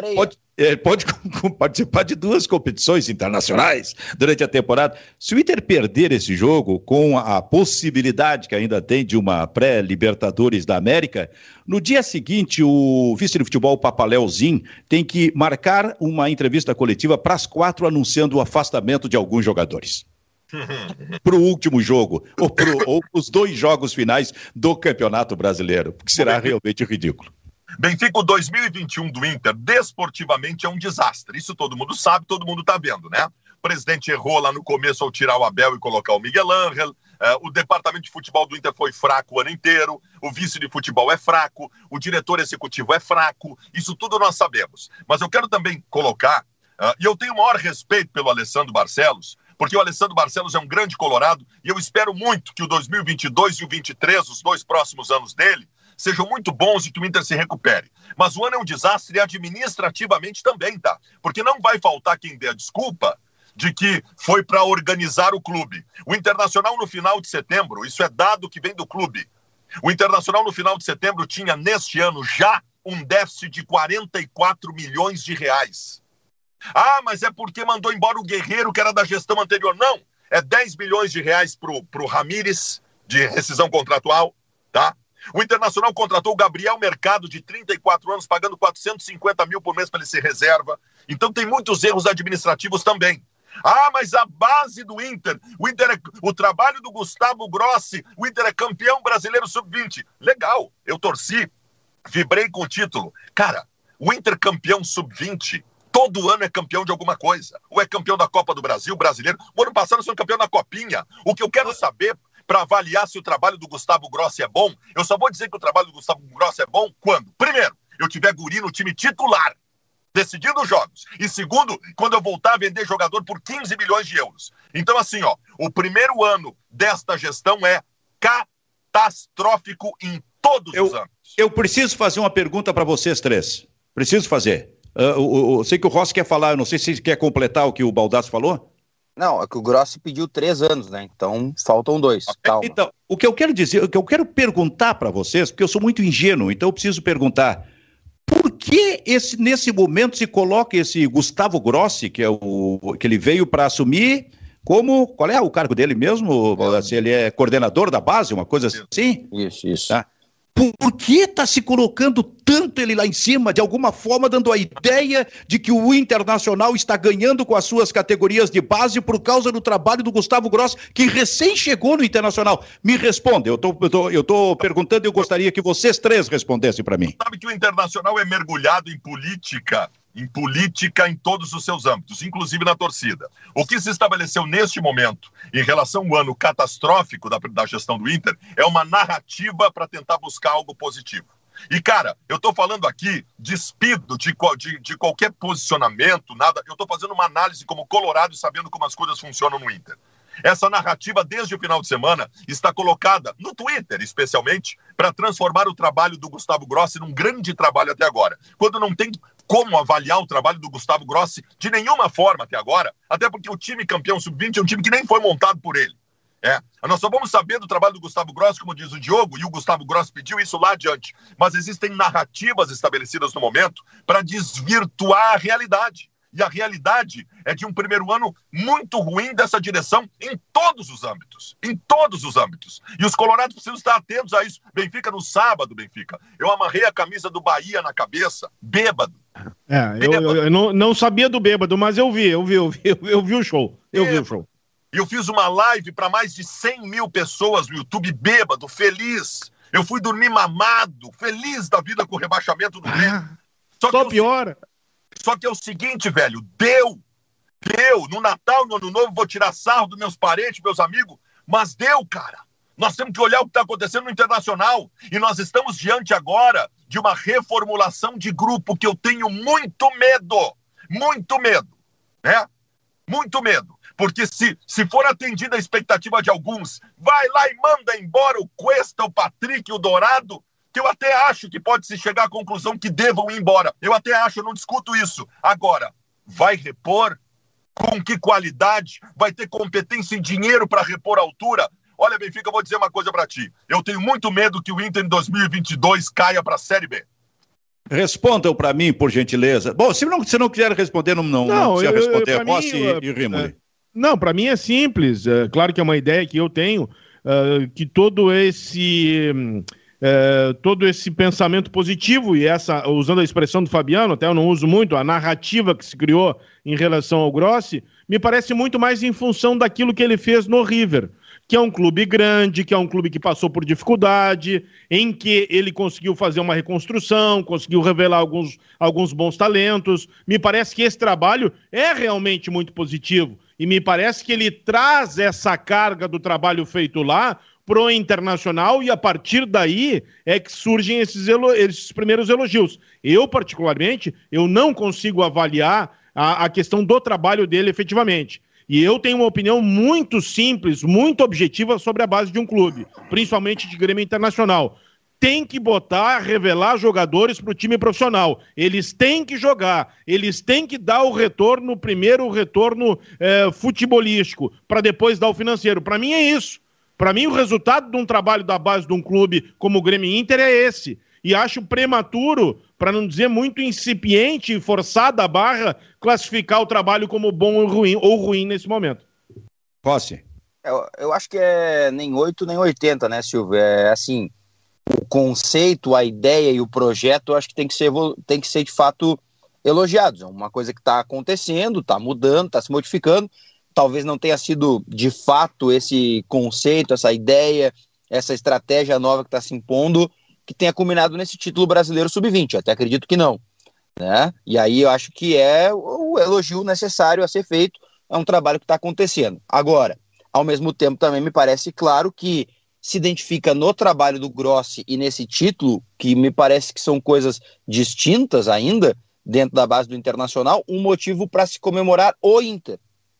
de 2 competições internacionais durante a temporada. Se o Inter perder esse jogo, com a possibilidade que ainda tem de uma pré-Libertadores da América, no dia seguinte o vice de futebol Papaléuzinho tem que marcar uma entrevista coletiva para as 4 anunciando o afastamento de alguns jogadores. Para o último jogo, ou os 2 jogos finais do Campeonato Brasileiro, porque será realmente ridículo. Benfica, o 2021 do Inter, desportivamente, é um desastre. Isso todo mundo sabe, todo mundo está vendo, né? O presidente errou lá no começo ao tirar o Abel e colocar o Miguel Ángel. O departamento de futebol do Inter foi fraco o ano inteiro. O vice de futebol é fraco. O diretor executivo é fraco. Isso tudo nós sabemos. Mas eu quero também colocar, e eu tenho o maior respeito pelo Alessandro Barcelos, porque o Alessandro Barcelos é um grande colorado e eu espero muito que o 2022 e o 2023, os 2 próximos anos dele, sejam muito bons e que o Inter se recupere. Mas o ano é um desastre administrativamente também, tá? Porque não vai faltar quem dê a desculpa de que foi para organizar o clube. O Internacional no final de setembro, isso é dado que vem do clube, o Internacional no final de setembro tinha neste ano já um déficit de 44 milhões de reais. Ah, mas é porque mandou embora o Guerreiro que era da gestão anterior. Não, é 10 milhões de reais pro Ramírez de rescisão contratual, tá? O Internacional contratou o Gabriel Mercado, de 34 anos, pagando 450 mil por mês para ele ser reserva. Então tem muitos erros administrativos também. Ah, mas a base do Inter, o trabalho do Gustavo Grossi, o Inter é campeão brasileiro sub-20. Legal, eu torci, vibrei com o título. Cara, o Inter campeão sub-20, todo ano é campeão de alguma coisa. Ou é campeão da Copa do Brasil, brasileiro. O ano passado foi campeão da Copinha. O que eu quero saber, para avaliar se o trabalho do Gustavo Grossi é bom, eu só vou dizer que o trabalho do Gustavo Grossi é bom quando, primeiro, eu tiver guri no time titular, decidindo os jogos. E segundo, quando eu voltar a vender jogador por 15 milhões de euros. Então, assim, o primeiro ano desta gestão é catastrófico em todos os anos. Eu preciso fazer uma pergunta para vocês 3. Preciso fazer. Eu sei que o Rossi quer falar, eu não sei se quer completar o que o Baldasso falou. Não, é que o Grossi pediu 3 anos, né? Então faltam 2. Calma. Então, o que eu quero dizer, o que eu quero perguntar para vocês, porque eu sou muito ingênuo, então eu preciso perguntar: por que nesse momento se coloca esse Gustavo Grossi, que ele veio para assumir como. Qual é o cargo dele mesmo? Se ele é coordenador da base, uma coisa assim? Isso. Tá? Por que está se colocando tanto ele lá em cima, de alguma forma dando a ideia de que o Internacional está ganhando com as suas categorias de base por causa do trabalho do Gustavo Grossi, que recém chegou no Internacional? Me responda, eu tô perguntando e eu gostaria que vocês 3 respondessem para mim. Sabe que o Internacional é mergulhado em política em todos os seus âmbitos, inclusive na torcida. O que se estabeleceu neste momento, em relação ao ano catastrófico da gestão do Inter, é uma narrativa para tentar buscar algo positivo. E, cara, eu tô falando aqui, despido de qualquer posicionamento, nada, eu tô fazendo uma análise como colorado e sabendo como as coisas funcionam no Inter. Essa narrativa, desde o final de semana, está colocada no Twitter, especialmente, para transformar o trabalho do Gustavo Grossi num grande trabalho até agora. Quando não tem como avaliar o trabalho do Gustavo Grossi de nenhuma forma até agora, até porque o time campeão sub-20 é um time que nem foi montado por ele. Nós só vamos saber do trabalho do Gustavo Grossi, como diz o Diogo, e o Gustavo Grossi pediu isso lá adiante. Mas existem narrativas estabelecidas no momento para desvirtuar a realidade. E a realidade é de um primeiro ano muito ruim dessa direção em todos os âmbitos. Em todos os âmbitos. E os colorados precisam estar atentos a isso. Benfica no sábado, Benfica. Eu amarrei a camisa do Bahia na cabeça, bêbado. Eu não sabia do bêbado, mas eu vi o show. Eu vi o show. E eu fiz uma live para mais de 100 mil pessoas no YouTube, bêbado, feliz. Eu fui dormir mamado, feliz da vida com o rebaixamento do Grêmio. Só piora. Só que é o seguinte, velho, deu. No Natal, no Ano Novo, vou tirar sarro dos meus parentes, meus amigos, mas deu, cara. Nós temos que olhar o que está acontecendo no Internacional. E nós estamos diante agora de uma reformulação de grupo que eu tenho muito medo, né? Muito medo. Porque se for atendida a expectativa de alguns, vai lá e manda embora o Cuesta, o Patrick, o Dourado, que eu até acho que pode se chegar à conclusão que devam ir embora. Eu até acho, eu não discuto isso. Agora, vai repor? Com que qualidade? Vai ter competência e dinheiro para repor a altura? Olha, Benfica, eu vou dizer uma coisa para ti. Eu tenho muito medo que o Inter em 2022 caia para a Série B. Respondam para mim, por gentileza. Bom, se não quiser responder, não precisa responder. Rossi e Rimoli. Não, para mim é simples. Claro que é uma ideia que eu tenho, que todo esse pensamento positivo, e usando a expressão do Fabiano, até eu não uso muito, a narrativa que se criou em relação ao Grossi, me parece muito mais em função daquilo que ele fez no River, que é um clube grande, que é um clube que passou por dificuldade, em que ele conseguiu fazer uma reconstrução, conseguiu revelar alguns bons talentos. Me parece que esse trabalho é realmente muito positivo, e me parece que ele traz essa carga do trabalho feito lá pro Internacional, e a partir daí é que surgem esses primeiros elogios. Eu, particularmente, eu não consigo avaliar a questão do trabalho dele efetivamente. E eu tenho uma opinião muito simples, muito objetiva sobre a base de um clube, principalmente de Grêmio Internacional. Tem que revelar jogadores para o time profissional. Eles têm que jogar, eles têm que dar o retorno, primeiro o retorno futebolístico, para depois dar o financeiro. Para mim é isso. Para mim o resultado de um trabalho da base de um clube como o Grêmio Inter é esse. E acho prematuro, para não dizer muito incipiente e forçada a barra, classificar o trabalho como bom ou ruim nesse momento. Rossi. Eu acho que é nem 8 nem 80, né, Silvio? É assim, o conceito, a ideia e o projeto, eu acho que tem que ser de fato elogiados. É uma coisa que está acontecendo, está mudando, está se modificando. Talvez não tenha sido de fato esse conceito, essa ideia, essa estratégia nova que está se impondo, que tenha culminado nesse título brasileiro sub-20. Até acredito que não, né? E aí eu acho que é o elogio necessário a ser feito. É um trabalho que está acontecendo. Agora, ao mesmo tempo, também me parece claro que se identifica no trabalho do Grossi e nesse título, que me parece que são coisas distintas ainda, dentro da base do Internacional, um motivo para se comemorar o Inter.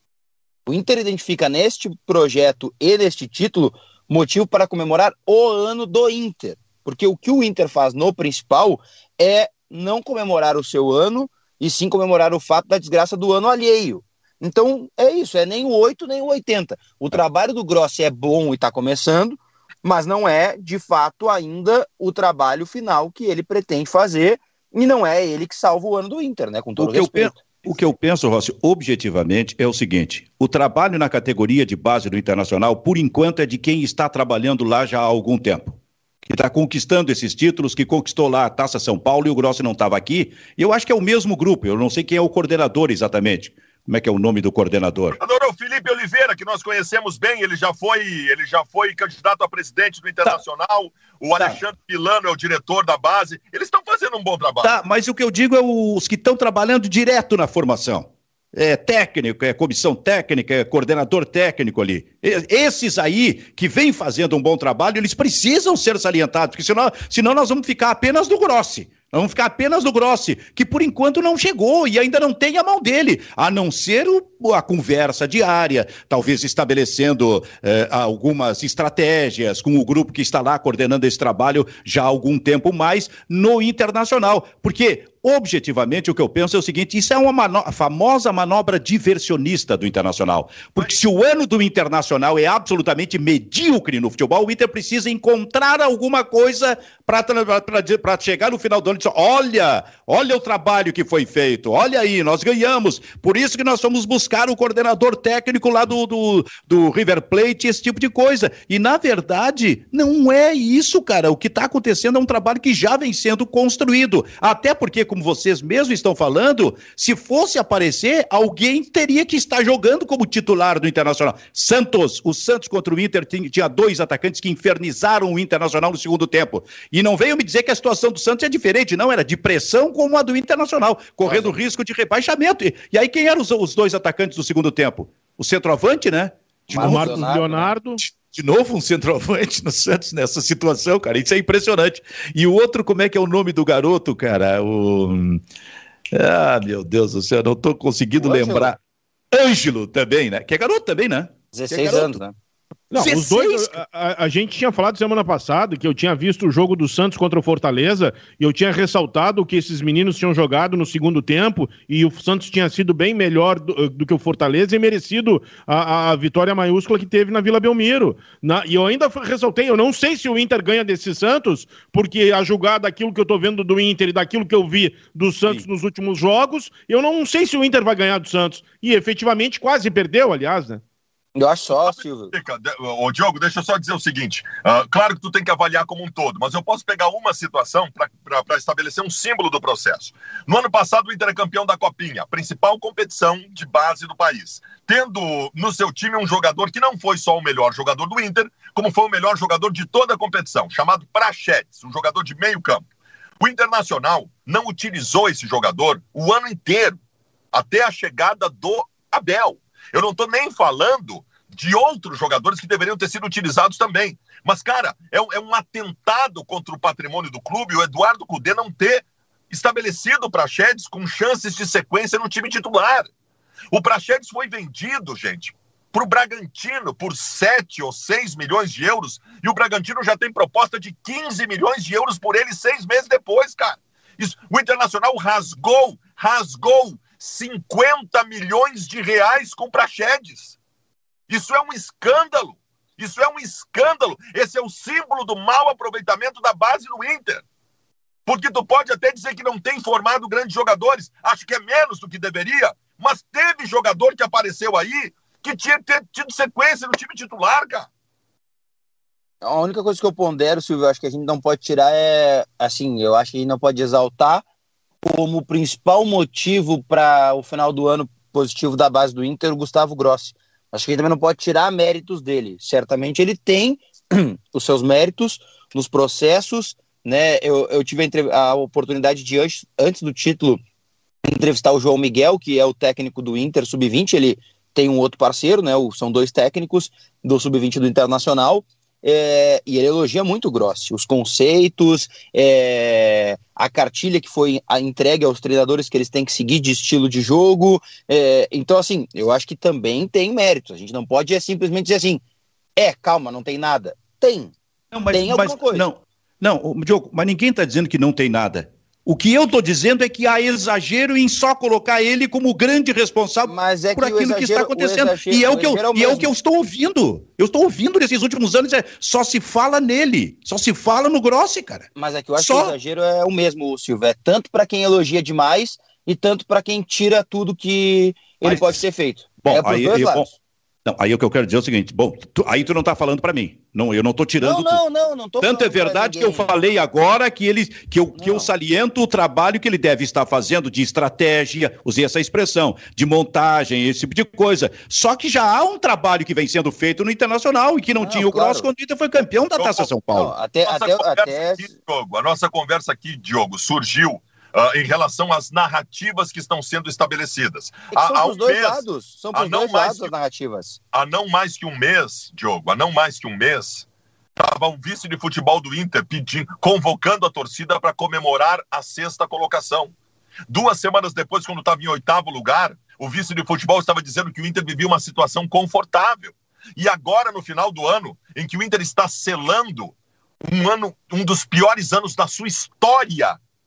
O Inter identifica neste projeto e neste título motivo para comemorar o ano do Inter. Porque o que o Inter faz no principal é não comemorar o seu ano, e sim comemorar o fato da desgraça do ano alheio. Então é isso, é nem o 8 nem o 80. O trabalho do Grossi é bom e está começando, mas não é de fato ainda o trabalho final que ele pretende fazer, e não é ele que salva o ano do Inter, né? Com todo respeito. O que eu penso, Rossi, objetivamente, é o seguinte: o trabalho na categoria de base do Internacional, por enquanto, é de quem está trabalhando lá já há algum tempo, que está conquistando esses títulos, que conquistou lá a Taça São Paulo, e o Grossi não estava aqui. E eu acho que é o mesmo grupo, eu não sei quem é o coordenador exatamente. Como é que é o nome do coordenador? O Felipe Oliveira, que nós conhecemos bem, ele já foi candidato a presidente do Internacional. O Alexandre Milano é o diretor da base. Eles estão fazendo um bom trabalho. Tá, mas o que eu digo é os que estão trabalhando direto na formação. É técnico, é comissão técnica, é coordenador técnico ali. Esses aí que vêm fazendo um bom trabalho, eles precisam ser salientados, porque senão nós vamos ficar apenas no Grossi. Nós vamos ficar apenas no Grossi, que por enquanto não chegou e ainda não tem a mão dele, a não ser a conversa diária, talvez estabelecendo algumas estratégias com o grupo que está lá coordenando esse trabalho já há algum tempo mais no Internacional. Porque objetivamente, o que eu penso é o seguinte, isso é a famosa manobra diversionista do Internacional, porque se o ano do Internacional é absolutamente medíocre no futebol, o Inter precisa encontrar alguma coisa para chegar no final do ano e dizer, olha o trabalho que foi feito, olha aí, nós ganhamos, por isso que nós fomos buscar o coordenador técnico lá do River Plate, esse tipo de coisa, e na verdade, não é isso, cara, o que está acontecendo é um trabalho que já vem sendo construído, até porque, como vocês mesmos estão falando, se fosse aparecer, alguém teria que estar jogando como titular do Internacional. O Santos contra o Inter tinha 2 atacantes que infernizaram o Internacional no segundo tempo. E não venham me dizer que a situação do Santos é diferente, não, era de pressão como a do Internacional, correndo risco de rebaixamento. E aí quem eram os 2 atacantes do segundo tempo? O centroavante, né? O Marcos Leonardo. De novo um centroavante no Santos nessa situação, cara, isso é impressionante. E o outro, como é que é o nome do garoto, cara? Meu Deus do céu, não tô conseguindo lembrar. Ângelo também, né? Que é garoto também, né? 16 anos, né? Não, os dois, a gente tinha falado semana passada que eu tinha visto o jogo do Santos contra o Fortaleza e eu tinha ressaltado que esses meninos tinham jogado no segundo tempo e o Santos tinha sido bem melhor do que o Fortaleza e merecido a vitória maiúscula que teve na Vila Belmiro. E eu ainda ressaltei, eu não sei se o Inter ganha desse Santos, porque a julgar daquilo que eu tô vendo do Inter e daquilo que eu vi do Santos nos últimos jogos, eu não sei se o Inter vai ganhar do Santos. E efetivamente quase perdeu, aliás, né? Eu acho só, Silvio. Ô, Diogo, deixa eu só dizer o seguinte. Claro que tu tem que avaliar como um todo, mas eu posso pegar uma situação para estabelecer um símbolo do processo. No ano passado, o Inter é campeão da Copinha, a principal competição de base do país. Tendo no seu time um jogador que não foi só o melhor jogador do Inter, como foi o melhor jogador de toda a competição, chamado Praxedes, um jogador de meio campo. O Internacional não utilizou esse jogador o ano inteiro, até a chegada do Abel. Eu não estou nem falando de outros jogadores que deveriam ter sido utilizados também. Mas, cara, é um atentado contra o patrimônio do clube o Eduardo Cudê não ter estabelecido o Praxedes com chances de sequência no time titular. O Praxedes foi vendido, gente, para o Bragantino por 7 ou 6 milhões de euros e o Bragantino já tem proposta de 15 milhões de euros por ele 6 meses depois, cara. O Internacional rasgou 50 milhões de reais com Praxedes. Isso é um escândalo. Esse é o símbolo do mau aproveitamento da base do Inter. Porque tu pode até dizer que não tem formado grandes jogadores, acho que é menos do que deveria, mas teve jogador que apareceu aí que tinha que ter tido sequência no time titular, cara. A única coisa que eu pondero, Silvio, eu acho que a gente não pode tirar eu acho que a gente não pode exaltar como principal motivo para o final do ano positivo da base do Inter, o Gustavo Grossi. Acho que a gente também não pode tirar méritos dele. Certamente ele tem os seus méritos nos processos, né? Eu tive a oportunidade de, antes do título, entrevistar o João Miguel, que é o técnico do Inter Sub-20. Ele tem um outro parceiro, né? São 2 técnicos do Sub-20 do Internacional. E ele elogia muito o Grossi, os conceitos, a cartilha que foi entregue aos treinadores que eles têm que seguir de estilo de jogo. Então, assim, eu acho que também tem méritos. A gente não pode simplesmente dizer assim, calma, não tem nada. Tem. Tem alguma coisa. Não, Diogo, mas ninguém está dizendo que não tem nada. O que eu estou dizendo é que há exagero em só colocar ele como grande responsável por aquilo que está acontecendo. E é o que eu estou ouvindo. Eu estou ouvindo nesses últimos anos, só se fala nele. Só se fala no Grossi, cara. Mas é que eu acho que o exagero é o mesmo, Silvio. É tanto para quem elogia demais e tanto para quem tira tudo que ele pode ter feito. Bom, aí o que eu quero dizer é o seguinte, aí tu não está falando para mim. Não, eu não estou tirando não tô. Tanto é verdade que eu falei agora que eu saliento o trabalho que ele deve estar fazendo de estratégia, usei essa expressão, de montagem, esse tipo de coisa. Só que já há um trabalho que vem sendo feito no Internacional e que não tinha o Grossi quando o Inter foi campeão da Taça São Paulo. A nossa conversa aqui, Diogo, surgiu em relação às narrativas que estão sendo estabelecidas. São para os dois lados. São para os dois lados as narrativas. Há não mais que um mês, Diogo, estava o vice de futebol do Inter convocando a torcida para comemorar a 6ª colocação. 2 semanas depois, quando estava em 8º lugar, o vice de futebol estava dizendo que o Inter vivia uma situação confortável. E agora, no final do ano, em que o Inter está selando um dos piores anos da sua história,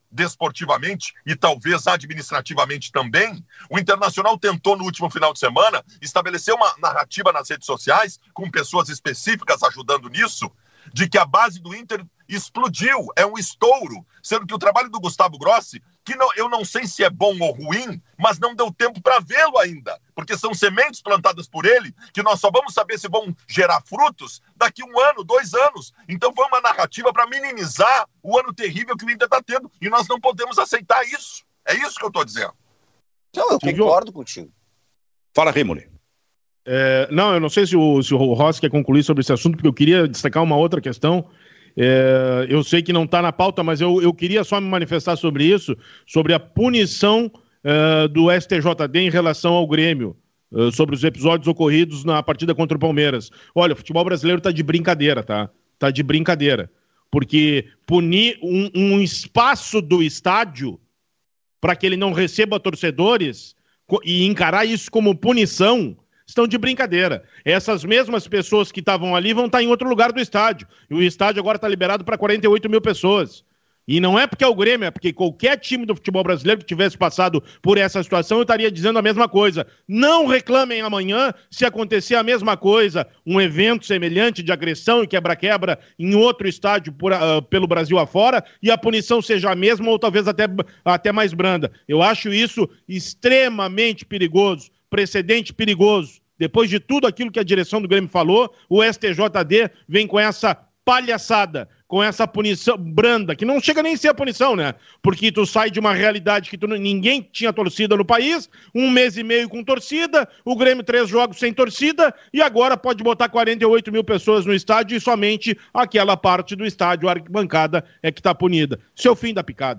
desportivamente e talvez administrativamente também, o Internacional tentou no último final de semana estabelecer uma narrativa nas redes sociais, com pessoas específicas ajudando nisso, de que a base do Inter explodiu, é um estouro, sendo que o trabalho do Gustavo Grossi, que não, eu não sei se é bom ou ruim, mas não deu tempo para vê-lo ainda, porque são sementes plantadas por ele, que nós só vamos saber se vão gerar frutos daqui 1 ano, 2 anos. Então foi uma narrativa para minimizar o ano terrível que o Inter está tendo, e nós não podemos aceitar isso. É isso que eu estou dizendo. Não, eu concordo contigo. Fala, Rimoli. Não, eu não sei se o Rossi quer concluir sobre esse assunto, porque eu queria destacar uma outra questão. Eu sei que não está na pauta, mas eu queria só me manifestar sobre isso, sobre a punição do STJD em relação ao Grêmio, sobre os episódios ocorridos na partida contra o Palmeiras. Olha, o futebol brasileiro está de brincadeira, tá? Está de brincadeira. Porque punir um espaço do estádio para que ele não receba torcedores e encarar isso como punição, estão de brincadeira. Essas mesmas pessoas que estavam ali vão estar em outro lugar do estádio. E o estádio agora está liberado para 48 mil pessoas. E não é porque é o Grêmio, é porque qualquer time do futebol brasileiro que tivesse passado por essa situação, eu estaria dizendo a mesma coisa. Não reclamem amanhã se acontecer a mesma coisa, um evento semelhante de agressão e quebra-quebra em outro estádio pelo Brasil afora, e a punição seja a mesma ou talvez até mais branda. Eu acho isso extremamente perigoso. Precedente perigoso. Depois de tudo aquilo que a direção do Grêmio falou, o STJD vem com essa palhaçada, com essa punição branda, que não chega nem a ser a punição, né? Porque tu sai de uma realidade que ninguém tinha torcida no país, 1 mês e meio com torcida, o Grêmio 3 jogos sem torcida, e agora pode botar 48 mil pessoas no estádio e somente aquela parte do estádio, a arquibancada, é que está punida. Isso é o fim da picada.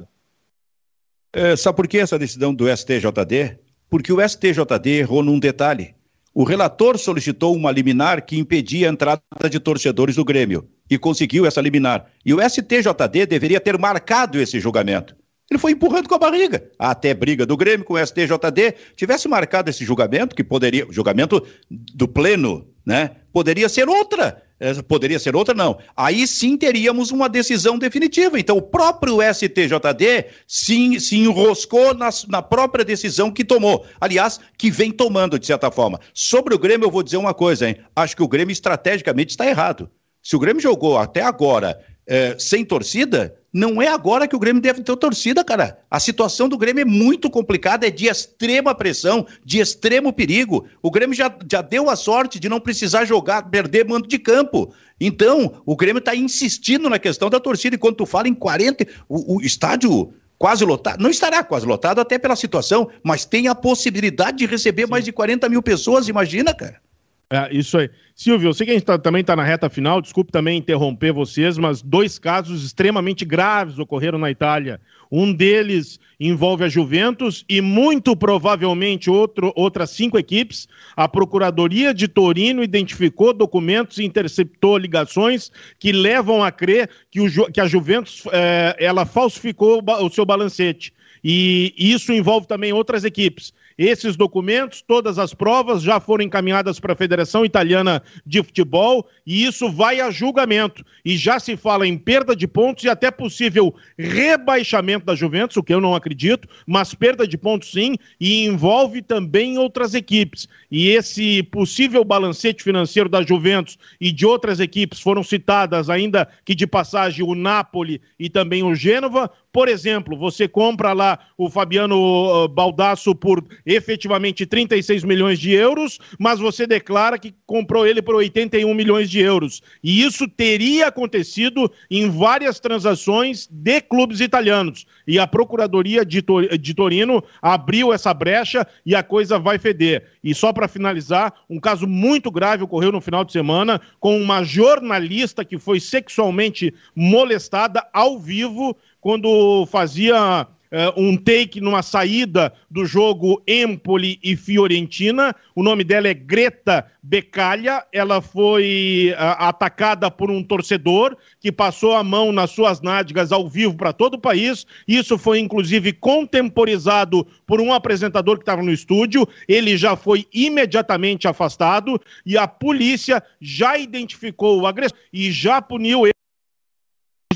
Sabe por que essa decisão do STJD? Porque o STJD errou num detalhe. O relator solicitou uma liminar que impedia a entrada de torcedores do Grêmio e conseguiu essa liminar. E o STJD deveria ter marcado esse julgamento. Ele foi empurrando com a barriga. Até briga do Grêmio com o STJD. Tivesse marcado esse julgamento, que poderia... julgamento do pleno, né? Poderia ser outra. Poderia ser outra, não. Aí sim teríamos uma decisão definitiva. Então o próprio STJD se enroscou na própria decisão que tomou. Aliás, que vem tomando, de certa forma. Sobre o Grêmio, eu vou dizer uma coisa, hein? Acho que o Grêmio estrategicamente está errado. Se o Grêmio jogou até agora sem torcida, não é agora que o Grêmio deve ter torcida, cara. A situação do Grêmio é muito complicada, é de extrema pressão, de extremo perigo. O Grêmio já deu a sorte de não precisar perder mando de campo. Então, o Grêmio está insistindo na questão da torcida. E quando tu fala em 40, o estádio quase lotado, não estará quase lotado até pela situação, mas tem a possibilidade de receber mais de 40 mil pessoas, imagina, cara. Isso aí. Silvio, eu sei que a gente também está na reta final, desculpe também interromper vocês, mas 2 casos extremamente graves ocorreram na Itália. Um deles envolve a Juventus e muito provavelmente outras 5 equipes. A Procuradoria de Torino identificou documentos e interceptou ligações que levam a crer que a Juventus ela falsificou o seu balancete. E isso envolve também outras equipes. Esses documentos, todas as provas já foram encaminhadas para a Federação Italiana de Futebol e isso vai a julgamento. E já se fala em perda de pontos e até possível rebaixamento da Juventus, o que eu não acredito, mas perda de pontos sim, e envolve também outras equipes. E esse possível balancete financeiro da Juventus e de outras equipes foram citadas ainda que de passagem o Napoli e também o Gênova. Por exemplo, você compra lá o Fabiano Baldasso por efetivamente 36 milhões de euros, mas você declara que comprou ele por 81 milhões de euros. E isso teria acontecido em várias transações de clubes italianos. E a Procuradoria de Torino abriu essa brecha e a coisa vai feder. E só para finalizar, um caso muito grave ocorreu no final de semana com uma jornalista que foi sexualmente molestada ao vivo quando fazia um take numa saída do jogo Empoli e Fiorentina. O nome dela é Greta Becaglia. Ela foi atacada por um torcedor que passou a mão nas suas nádegas ao vivo para todo o país. Isso foi inclusive contemporizado por um apresentador que estava no estúdio. Ele já foi imediatamente afastado e a polícia já identificou o agressor e já puniu ele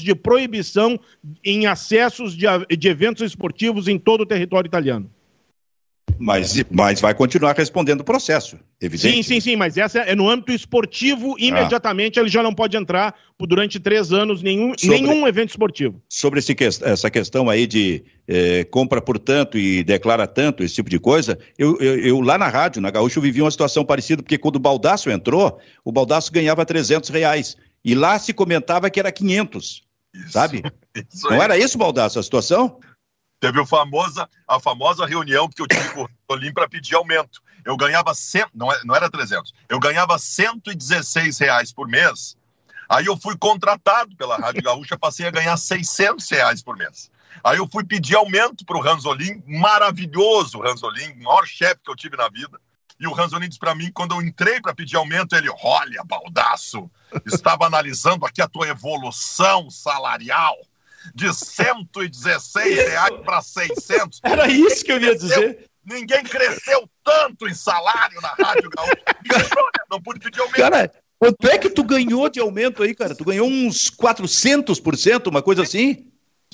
de proibição em acessos de eventos esportivos em todo o território italiano. Mas vai continuar respondendo o processo, evidente. Sim, mas essa é no âmbito esportivo, imediatamente ele já não pode entrar durante 3 anos nenhum evento esportivo. Sobre essa questão aí de compra por tanto e declara tanto, esse tipo de coisa, eu lá na rádio, na Gaúcha, eu vivi uma situação parecida, porque quando o Baldasso entrou, o Baldasso ganhava R$300, e lá se comentava que era 500, sabe? Não era isso, Baldasso, a situação? Teve a famosa reunião que eu tive com o Ranzolin para pedir aumento. Eu ganhava, não era 300, eu ganhava R$116 por mês. Aí eu fui contratado pela Rádio Gaúcha, passei a ganhar R$600 por mês. Aí eu fui pedir aumento para o Ranzolin, maravilhoso Ranzolin, maior chefe que eu tive na vida. E o Ranzolin disse para mim, quando eu entrei para pedir aumento, ele, olha, Baldasso, estava analisando aqui a tua evolução salarial. De R$116 para 600. Era isso que eu ia dizer. Ninguém cresceu tanto em salário na Rádio Gaúcha. Não pude pedir aumento. Cara, quanto é que tu ganhou de aumento aí, cara? Tu ganhou uns 400%, uma coisa assim?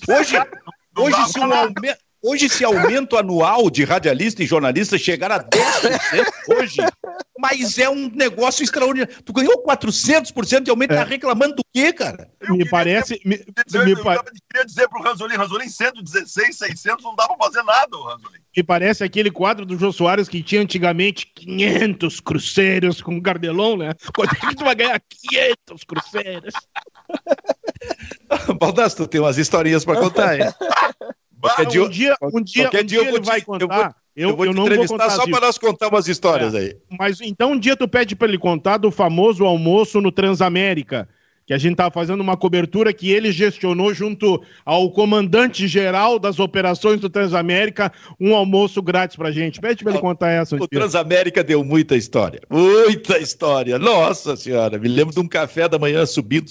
Hoje se aumento anual de radialista e jornalista chegar a 10% hoje, mas é um negócio extraordinário. Tu ganhou 400% de aumento, tá reclamando do quê, cara? Eu queria dizer pro Ranzolin, 116, 600, não dá pra fazer nada, o Ranzolin. Me parece aquele quadro do Jô Soares que tinha antigamente 500 cruzeiros com o Gardelon, né? Quando é que tu vai ganhar 500 cruzeiros? Baldasso, tu tem umas historinhas pra contar, hein? Um dia ele vai contar. Eu vou te entrevistar só para nós contar umas histórias aí. Mas então um dia tu pede para ele contar do famoso almoço no Transamérica, que a gente estava fazendo uma cobertura que ele gestionou junto ao comandante-geral das operações do Transamérica, um almoço grátis pra gente. Pede pra ele contar essa. O Transamérica deu muita história. Muita história. Nossa Senhora, me lembro de um café da manhã subindo.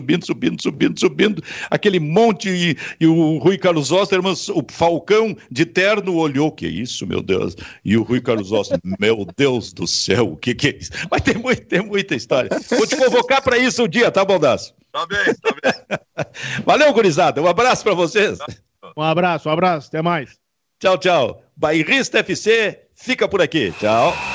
Aquele monte e o Rui Carlos Osterman, o Falcão de terno olhou. Que isso, meu Deus? E o Rui Carlos Osterman, meu Deus do céu, o que é isso? Mas tem muita história. Vou te convocar pra isso um dia, tá bom? Tá bem. Valeu, gurizada. Um abraço pra vocês. Um abraço. Até mais. Tchau. Bairrista FC fica por aqui. Tchau.